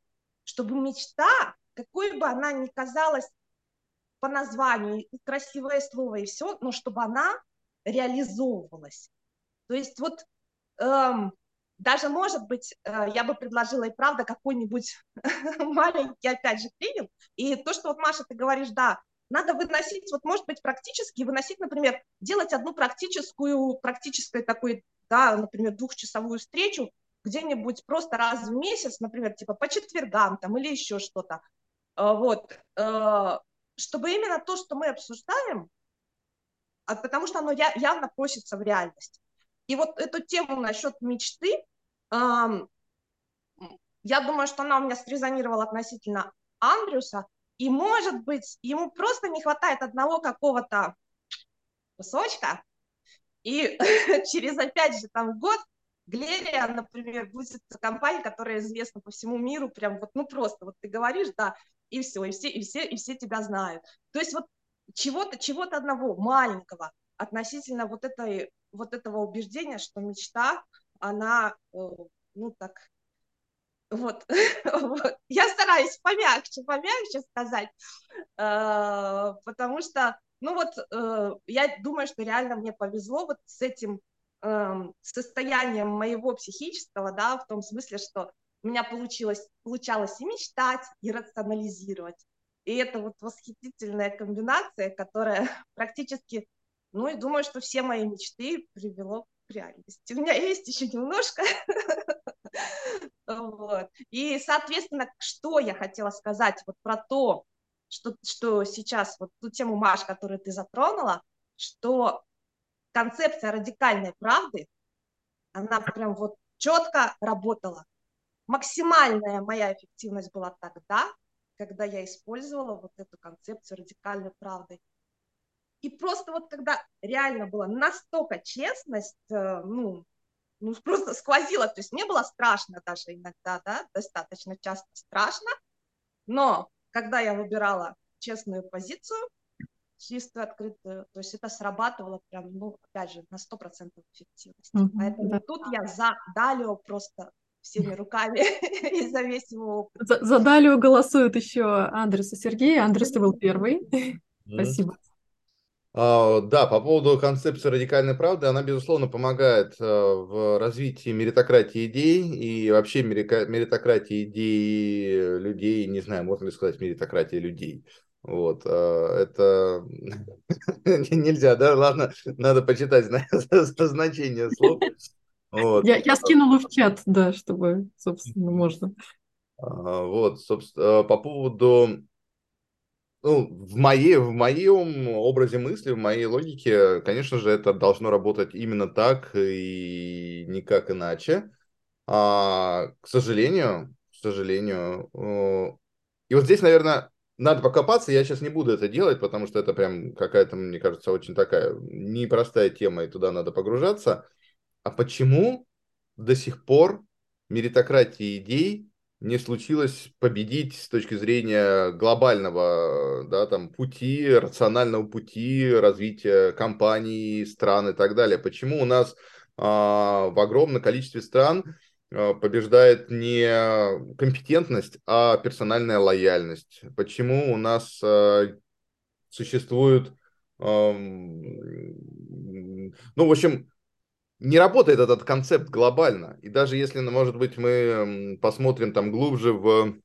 чтобы мечта, какой бы она ни казалась по названию, и красивое слово, и все, но чтобы она реализовывалась. То есть вот эм, даже, может быть, э, я бы предложила и правда какой-нибудь маленький, опять же, тренинг. И то, что вот, Маша, ты говоришь, да, надо выносить, вот, может быть, практически, выносить, например, делать одну практическую, практическую такой, да, например, двухчасовую встречу где-нибудь просто раз в месяц, например, типа по четвергам там или еще что-то. Э, Вот. Э, Чтобы именно то, что мы обсуждаем, а потому что оно явно просится в реальность. И вот эту тему насчет мечты, эм, я думаю, что она у меня срезонировала относительно Андрюса, и, может быть, ему просто не хватает одного какого-то кусочка, и через, опять же, там год Глерия, например, будет компания, которая известна по всему миру, прям вот, ну просто, вот ты говоришь, да, и все, и все, и все, и все тебя знают. То есть вот чего-то, чего-то одного маленького относительно вот этой, вот этого убеждения, что мечта, она, ну так, вот, вот. Я стараюсь помягче, помягче сказать, потому что, ну вот, я думаю, что реально мне повезло вот с этим состоянием моего психического, да, в том смысле, что у меня получилось, получалось и мечтать, и рационализировать. И это вот восхитительная комбинация, которая практически, ну и думаю, что все мои мечты привело к реальности. У меня есть еще немножко. Вот. И, соответственно, что я хотела сказать вот про то, что, что сейчас, вот ту тему, Маш, которую ты затронула, что концепция радикальной правды, она прям вот четко работала. Максимальная моя эффективность была тогда, когда я использовала вот эту концепцию радикальной правды. И просто вот когда реально была настолько честность, ну, ну, просто сквозило, то есть мне было страшно даже иногда, да, достаточно часто страшно, но когда я выбирала честную позицию, чистую, открытую, то есть это срабатывало прям, ну, опять же, на сто процентов эффективности. Mm-hmm, Поэтому да. Тут я за Далио просто всеми руками и за весь его опыт. За, за Далио голосуют еще Андрес и Сергей. Андрес, ты был первый. Mm-hmm. Спасибо. Uh, да, по поводу концепции радикальной правды, она, безусловно, помогает uh, в развитии меритократии идей и вообще меритократии идей людей, не знаю, можно ли сказать меритократия людей. Вот, uh, это нельзя, да, ладно, надо почитать значение слов. Вот. Я, я скинула в чат, да, чтобы, собственно, можно. Uh, вот, собственно, по поводу... Ну, в, моей, в моем образе мысли, в моей логике, конечно же, это должно работать именно так и никак иначе. А, к сожалению, к сожалению, и вот здесь, наверное, надо покопаться. Я сейчас не буду это делать, потому что это прям какая-то, мне кажется, очень такая непростая тема, и туда надо погружаться. А почему до сих пор меритократия идей не случилось победить с точки зрения глобального, да, там, пути, рационального пути развития компаний, стран и так далее? Почему у нас а, в огромном количестве стран а, побеждает не компетентность, а персональная лояльность? Почему у нас а, существует, а, ну, в общем, не работает этот концепт глобально. И даже если, может быть, мы посмотрим там глубже в,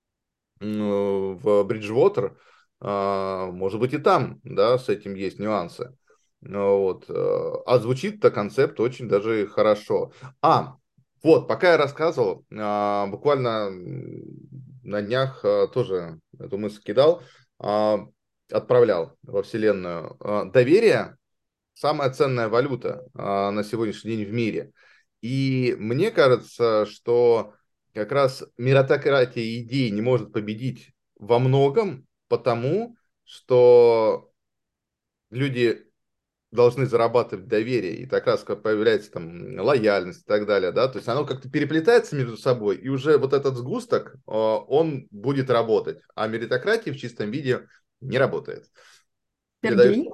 в Бриджвотер, может быть, и там, да, с этим есть нюансы. Вот. А звучит-то концепт очень даже хорошо. А, вот, пока я рассказывал, буквально на днях тоже эту мысль кидал, отправлял во Вселенную. Доверие самая ценная валюта а, на сегодняшний день в мире. И мне кажется, что как раз меритократия идей не может победить во многом, потому что люди должны зарабатывать доверие, и так раз как появляется там лояльность и так далее, да, то есть оно как-то переплетается между собой, и уже вот этот сгусток, он будет работать, а меритократия в чистом виде не работает. Сергей?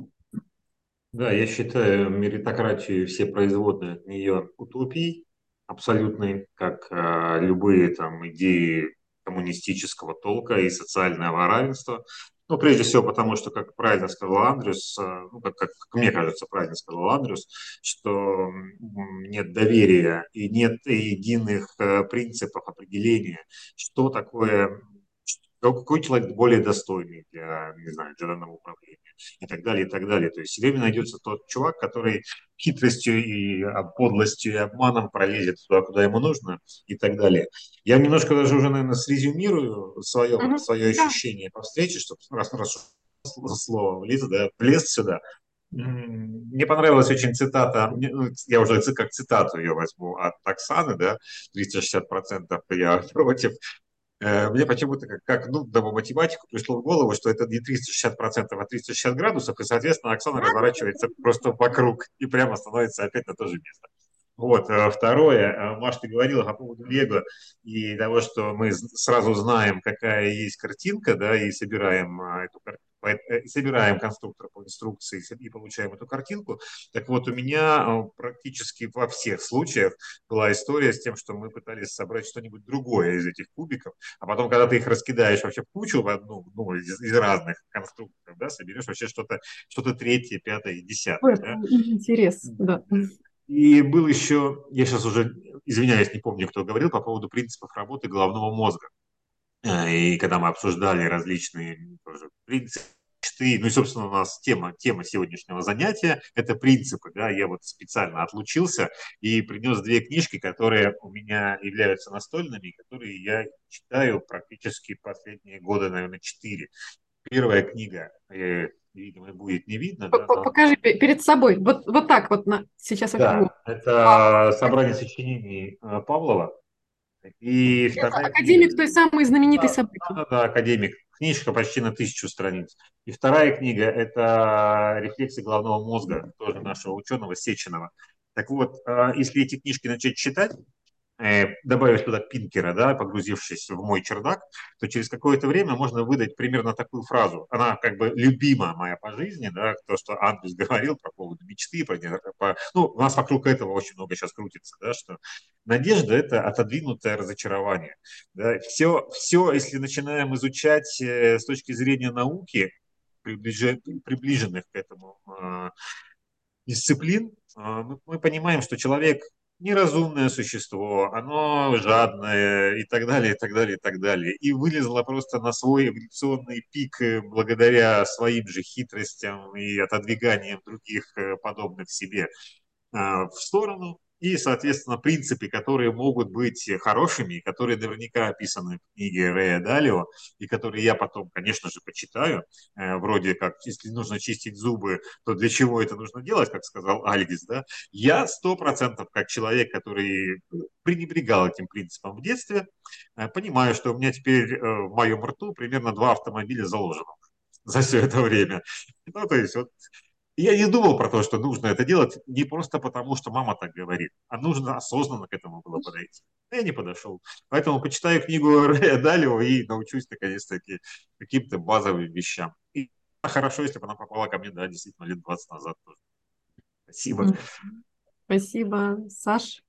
Да, я считаю меритократию, все производные от нее утопией, абсолютный, как э, любые там идеи коммунистического толка и социального равенства. Ну, прежде всего, потому что, как правильно сказал Андрюс, э, ну, как, как, как мне кажется, правильно сказал Андрюс, что м, нет доверия и нет единых э, принципов определения, что такое, что- какой человек более достойный для, не знаю, для данного управления и так далее, и так далее. То есть все время найдется тот чувак, который хитростью и а, подлостью и обманом пролезет туда, куда ему нужно и так далее. Я немножко даже уже, наверное, срезюмирую свое, Мгм. свое Да. ощущение по встрече, чтобы раз, раз уж слово влез, да, влез сюда. М, Мне понравилась очень цитата, мне, ну, я уже ци- как цитату ее возьму от Оксаны, да, триста шестьдесят процентов я против. Э, Мне почему-то как, как нудному математику пришло в голову, что это не триста шестьдесят процентов, а триста шестьдесят градусов, и, соответственно, Оксана разворачивается просто вокруг и прямо становится опять на то же место. Вот, э, второе, э, Маш, ты говорила по поводу Лего и того, что мы з- сразу знаем, какая есть картинка, да, и собираем э, эту кар- по- э, и собираем конструктор по инструкции и с- и получаем эту картинку. Так вот, у меня э, практически во всех случаях была история с тем, что мы пытались собрать что-нибудь другое из этих кубиков, а потом, когда ты их раскидаешь вообще в кучу, в одну, ну, из, из разных конструкторов, да, соберешь вообще что-то что-то третье, пятое и В десятое, да. этом и интерес, да. И был еще, я сейчас уже, извиняюсь, не помню, кто говорил, по поводу принципов работы головного мозга. Э, И когда мы обсуждали различные тоже принципы, мечты, ну и, собственно, у нас тема, тема сегодняшнего занятия – это принципы. Да? Я вот специально отлучился и принес две книжки, которые у меня являются настольными, и которые я читаю практически последние года, наверное, четыре. Первая книга, э, видимо, будет не видно, П- да, п- но Покажи пе- перед собой. Вот, вот так вот на... сейчас очень... вот. да, это собрание сочинений э, Павлова. И Это вторая книга, академик той самой знаменитой да, собаки. да, да, академик, книжка почти на тысячу страниц. И вторая книга – это «Рефлексы головного мозга», тоже нашего ученого Сеченова. Так вот, э, если эти книжки начать читать, э, добавив туда Пинкера, да, погрузившись в мой чердак, то через какое-то время можно выдать примерно такую фразу. Она как бы любима моя по жизни, да, то, что Андрюс говорил по поводу мечты, про, по, ну, у нас вокруг этого очень много сейчас крутится, да, что надежда – это отодвинутое разочарование. Да. Все, все, если начинаем изучать э, с точки зрения науки, приближ- приближенных к этому э, дисциплин, а, мы, мы понимаем, что человек неразумное существо, оно жадное и так далее, и так далее, и так далее. И вылезло просто на свой эволюционный пик э, благодаря своим же хитростям и отодвиганиям других э, подобных себе а, в сторону. И, соответственно, принципы, которые могут быть хорошими, которые наверняка описаны в книге Рэя Далио, и которые я потом, конечно же, почитаю, э, вроде как, если нужно чистить зубы, то для чего это нужно делать, как сказал Альгис, да, я сто процентов как человек, который пренебрегал этим принципом в детстве, э, понимаю, что у меня теперь э, в моем рту примерно два автомобиля заложено за все это время. Ну, то есть вот я не думал про то, что нужно это делать не просто потому, что мама так говорит, а нужно осознанно к этому было подойти. Я не подошел. Поэтому почитаю книгу Рэя Далио и научусь наконец-таки каким-то базовым вещам. И хорошо, если бы она попала ко мне, да, действительно, лет двадцать назад тоже. Спасибо. М. Спасибо, Саш.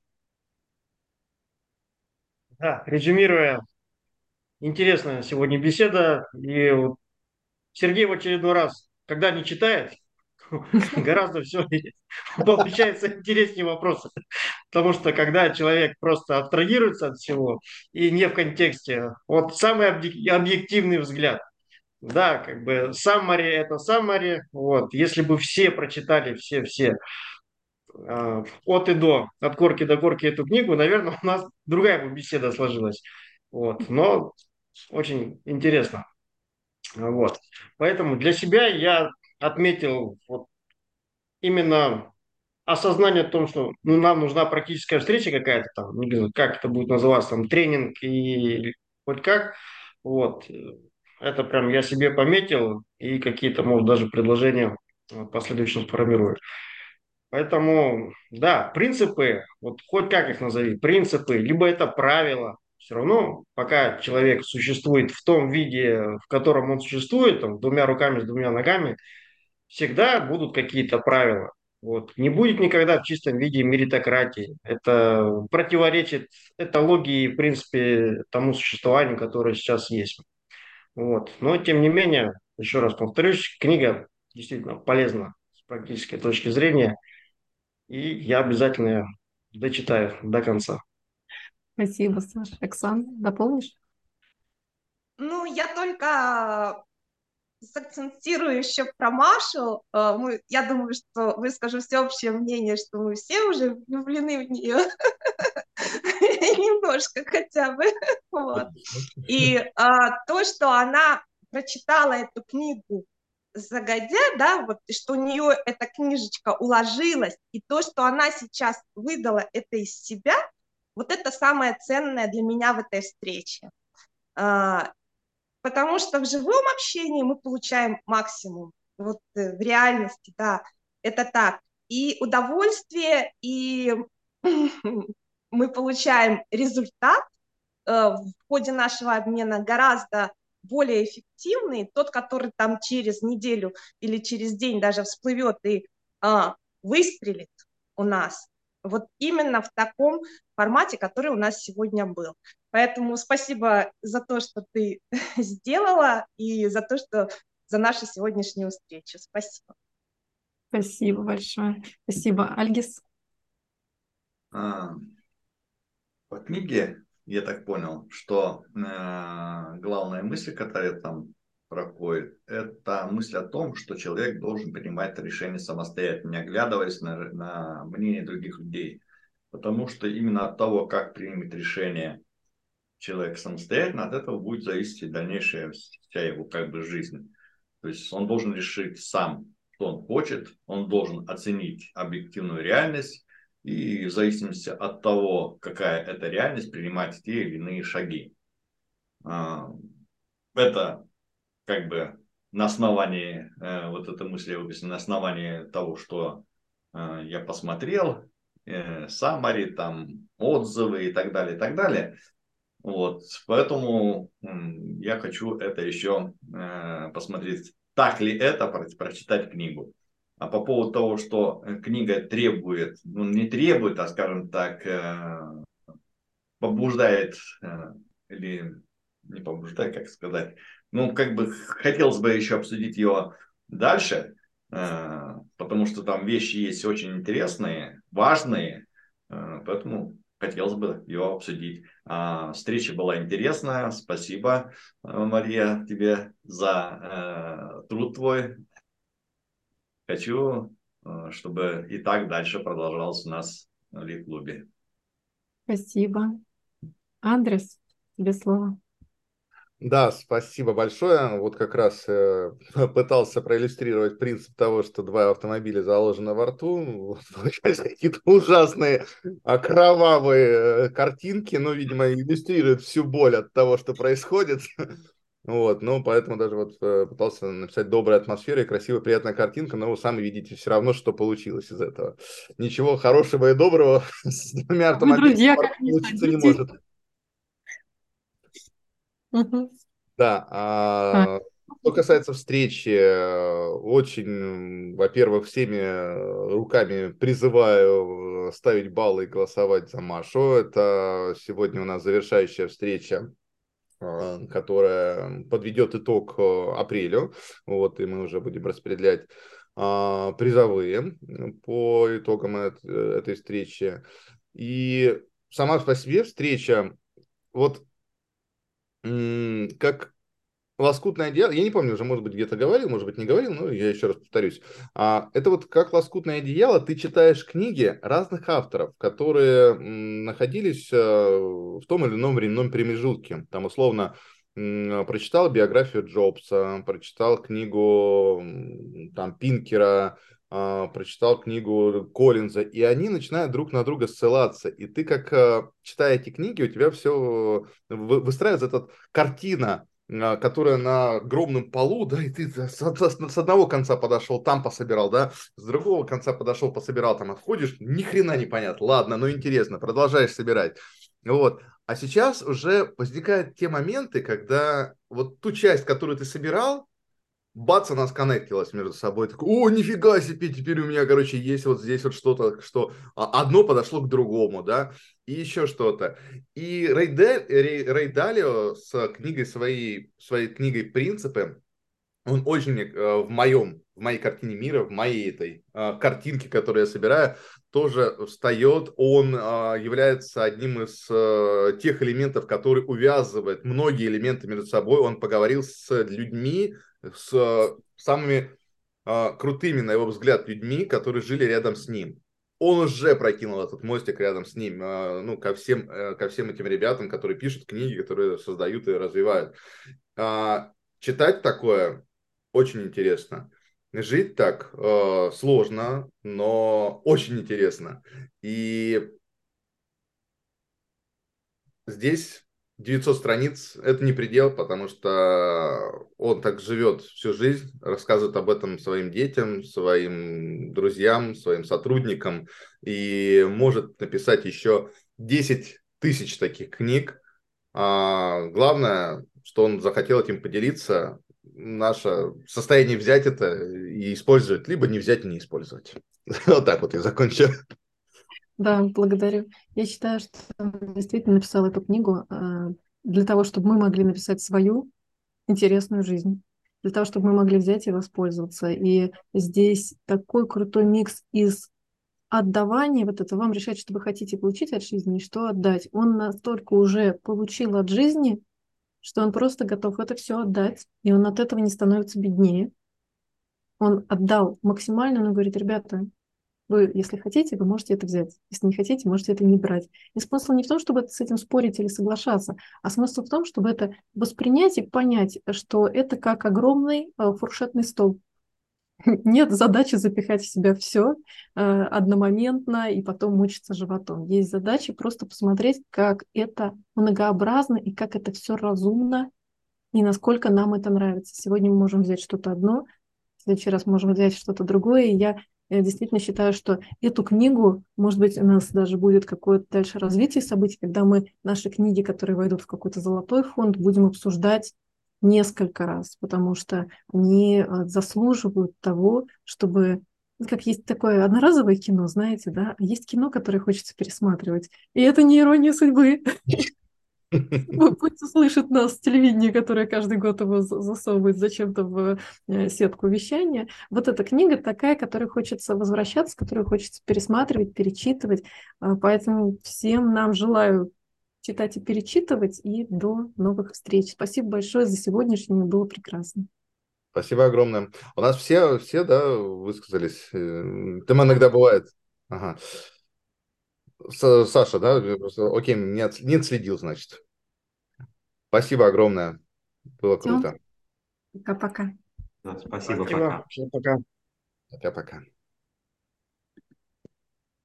Да, резюмируя, интересная сегодня беседа. И вот Сергей в очередной раз, когда не читает, гораздо все получается интереснее вопросы. Потому что когда человек просто абстрагируется от всего и не в контексте, вот самый объек- объективный взгляд. Да, как бы summary это summary. Вот. Если бы все прочитали, все-все э, от и до, от корки до корки эту книгу, наверное, у нас другая бы беседа сложилась. Вот. Но очень интересно. Вот. Поэтому для себя я отметил вот именно осознание о том, что ну, нам нужна практическая встреча какая-то там, не знаю, как это будет называться, там, тренинг и хоть как. Вот. Это прям я себе пометил и какие-то, может, даже предложения в последующем сформирую. Поэтому, да, принципы, вот хоть как их назови, принципы, либо это правила, все равно, пока человек существует в том виде, в котором он существует, там, двумя руками, с двумя ногами, всегда будут какие-то правила. Вот. Не будет никогда в чистом виде меритократии. Это противоречит этологии, в принципе, тому существованию, которое сейчас есть. Вот. Но, тем не менее, еще раз повторюсь, книга действительно полезна с практической точки зрения, и я обязательно ее дочитаю до конца. Спасибо, Саша. Оксана, дополнишь? Ну, я только сакцентирую еще про Машу. Э, Мы, я думаю, что выскажу всеобщее мнение, что мы все уже влюблены в нее. Немножко хотя бы. Вот. И а, то, что она прочитала эту книгу загодя, да, вот, и что у нее эта книжечка уложилась, и то, что она сейчас выдала это из себя, вот это самое ценное для меня в этой встрече. А, потому что в живом общении мы получаем максимум, вот э, в реальности, да, это так. И удовольствие, и мы получаем результат э, в ходе нашего обмена гораздо более эффективный, тот, который там через неделю или через день даже всплывет и а, выстрелит у нас. Вот именно в таком формате, который у нас сегодня был. Поэтому спасибо за то, что ты сделала, и за то, что за нашу сегодняшнюю встречу. Спасибо. Спасибо большое. Спасибо, Альгис. А, по книге я так понял, что э, главная мысль, которая там проходит, это мысль о том, что человек должен принимать решения самостоятельно, не оглядываясь на, на мнение других людей. Потому что именно от того, как примет решение человек самостоятельно, от этого будет зависеть дальнейшая вся его как бы жизнь. То есть он должен решить сам, что он хочет, он должен оценить объективную реальность и в зависимости от того, какая это реальность, принимать те или иные шаги. Это как бы на основании, вот эта мысль выписана, на основании того, что я посмотрел, саммари, там, отзывы и так далее, и так далее. Вот, поэтому я хочу это еще э, посмотреть, так ли это, про, прочитать книгу. А по поводу того, что книга требует, ну не требует, а скажем так, э, побуждает, э, или не побуждает, как сказать, ну как бы хотелось бы еще обсудить ее дальше, э, потому что там вещи есть очень интересные, важные, э, поэтому хотелось бы ее обсудить. А, встреча была интересная. Спасибо, Мария, тебе за э, труд твой. Хочу, э, чтобы и так дальше продолжалось у нас в Ли-клубе. Спасибо. Андрес, тебе слово. Да, спасибо большое. Вот как раз э, пытался проиллюстрировать принцип того, что два автомобиля заложены во рту. Какие-то ужасные а, кровавые картинки, ну, видимо, иллюстрируют всю боль от того, что происходит. Вот, ну, поэтому даже вот э, пытался написать добрая атмосфера и красивая, приятная картинка, но вы сами видите все равно, что получилось из этого. Ничего хорошего и доброго с двумя А вы, автомобилями друзья, как не получиться не садитесь. может. Мгм. Да, А, а, что касается встречи, э, очень, м, во-первых, всеми э, руками призываю э, ставить баллы и голосовать за Машу. Это сегодня у нас завершающая встреча, э, которая подведет итог э, апрелю. Вот, и мы уже будем распределять а, призовые по итогам эт- этой встречи. И сама по себе встреча, вот м, как лоскутное одеяло, я не помню, уже, может быть, где-то говорил, может быть, не говорил, но я еще раз повторюсь. А, это вот как лоскутное одеяло, ты читаешь книги разных авторов, которые м, находились э, в том или ином временном промежутке. Там, условно, м, прочитал биографию Джобса, прочитал книгу м, там, Пинкера, а, прочитал книгу Коллинза, и они начинают друг на друга ссылаться. И ты, как э, читая эти книги, у тебя все выстраивается эта картина, а, которая на огромном полу, да, и ты с, с- с одного конца подошел, там пособирал, да, с другого конца подошел, пособирал, там отходишь, ни хрена не понятно, ладно, ну интересно, продолжаешь собирать, вот. А сейчас уже возникают те моменты, когда вот ту часть, которую ты собирал, бац, она сконнектилась между собой. Такой, о, нифига себе, теперь у меня, короче, есть вот здесь вот что-то, что одно подошло к другому, да, и еще что-то. И Рэй, Де, Рэй, Рэй Далио с книгой своей, своей книгой «Принципы», он очень э, в моем, в моей картине мира, в моей этой э, картинке, которую я собираю, тоже встает. Он э, является одним из э, тех элементов, который увязывает многие элементы между собой. Он поговорил с людьми, с э, самыми э, крутыми, на его взгляд, людьми, которые жили рядом с ним. Он уже прокинул этот мостик рядом с ним, э, ну, ко всем, э, ко всем этим ребятам, которые пишут книги, которые создают и развивают. Э, читать такое очень интересно. Жить так э, сложно, но очень интересно. И здесь девятьсот страниц – это не предел, потому что он так живет всю жизнь, рассказывает об этом своим детям, своим друзьям, своим сотрудникам и может написать еще десять тысяч таких книг. А главное, что он захотел этим поделиться. Наше состояние взять это и использовать, либо не взять и не использовать. Вот так вот я закончу. Да, благодарю. Я считаю, что он действительно написал эту книгу э, для того, чтобы мы могли написать свою интересную жизнь, для того, чтобы мы могли взять и воспользоваться. И здесь такой крутой микс из отдавания, вот это вам решать, что вы хотите получить от жизни и что отдать. Он настолько уже получил от жизни, что он просто готов это все отдать, и он от этого не становится беднее. Он отдал максимально, но говорит, ребята, вы, если хотите, вы можете это взять. Если не хотите, можете это не брать. И смысл не в том, чтобы с этим спорить или соглашаться, а смысл в том, чтобы это воспринять и понять, что это как огромный э, фуршетный стол. Нет задачи запихать в себя все э, одномоментно и потом мучиться животом. Есть задача просто посмотреть, как это многообразно и как это все разумно и насколько нам это нравится. Сегодня мы можем взять что-то одно, в следующий раз можем взять что-то другое. И я э, действительно считаю, что эту книгу, может быть, у нас даже будет какое-то дальше развитие событий, когда мы наши книги, которые войдут в какой-то золотой фонд, будем обсуждать несколько раз, потому что они э, заслуживают того, чтобы... Как есть такое одноразовое кино, знаете, да? А есть кино, которое хочется пересматривать. И это не ирония судьбы. Пусть услышит нас телевидение, которое каждый год его засовывает зачем-то в э, сетку вещания. Вот эта книга такая, которой хочется возвращаться, которую хочется пересматривать, перечитывать. А, Поэтому всем нам желаю читать и перечитывать. И до новых встреч. Спасибо большое за сегодняшнее. Было прекрасно. Спасибо огромное. У нас все, все, да, высказались. Э, Там иногда бывает. Ага. С- Саша, да, просто, окей, не, от- не отследил, значит. Спасибо огромное. Было Все, круто. пока-пока. Да, спасибо, Спасибо. пока. Всем пока. Пока-пока.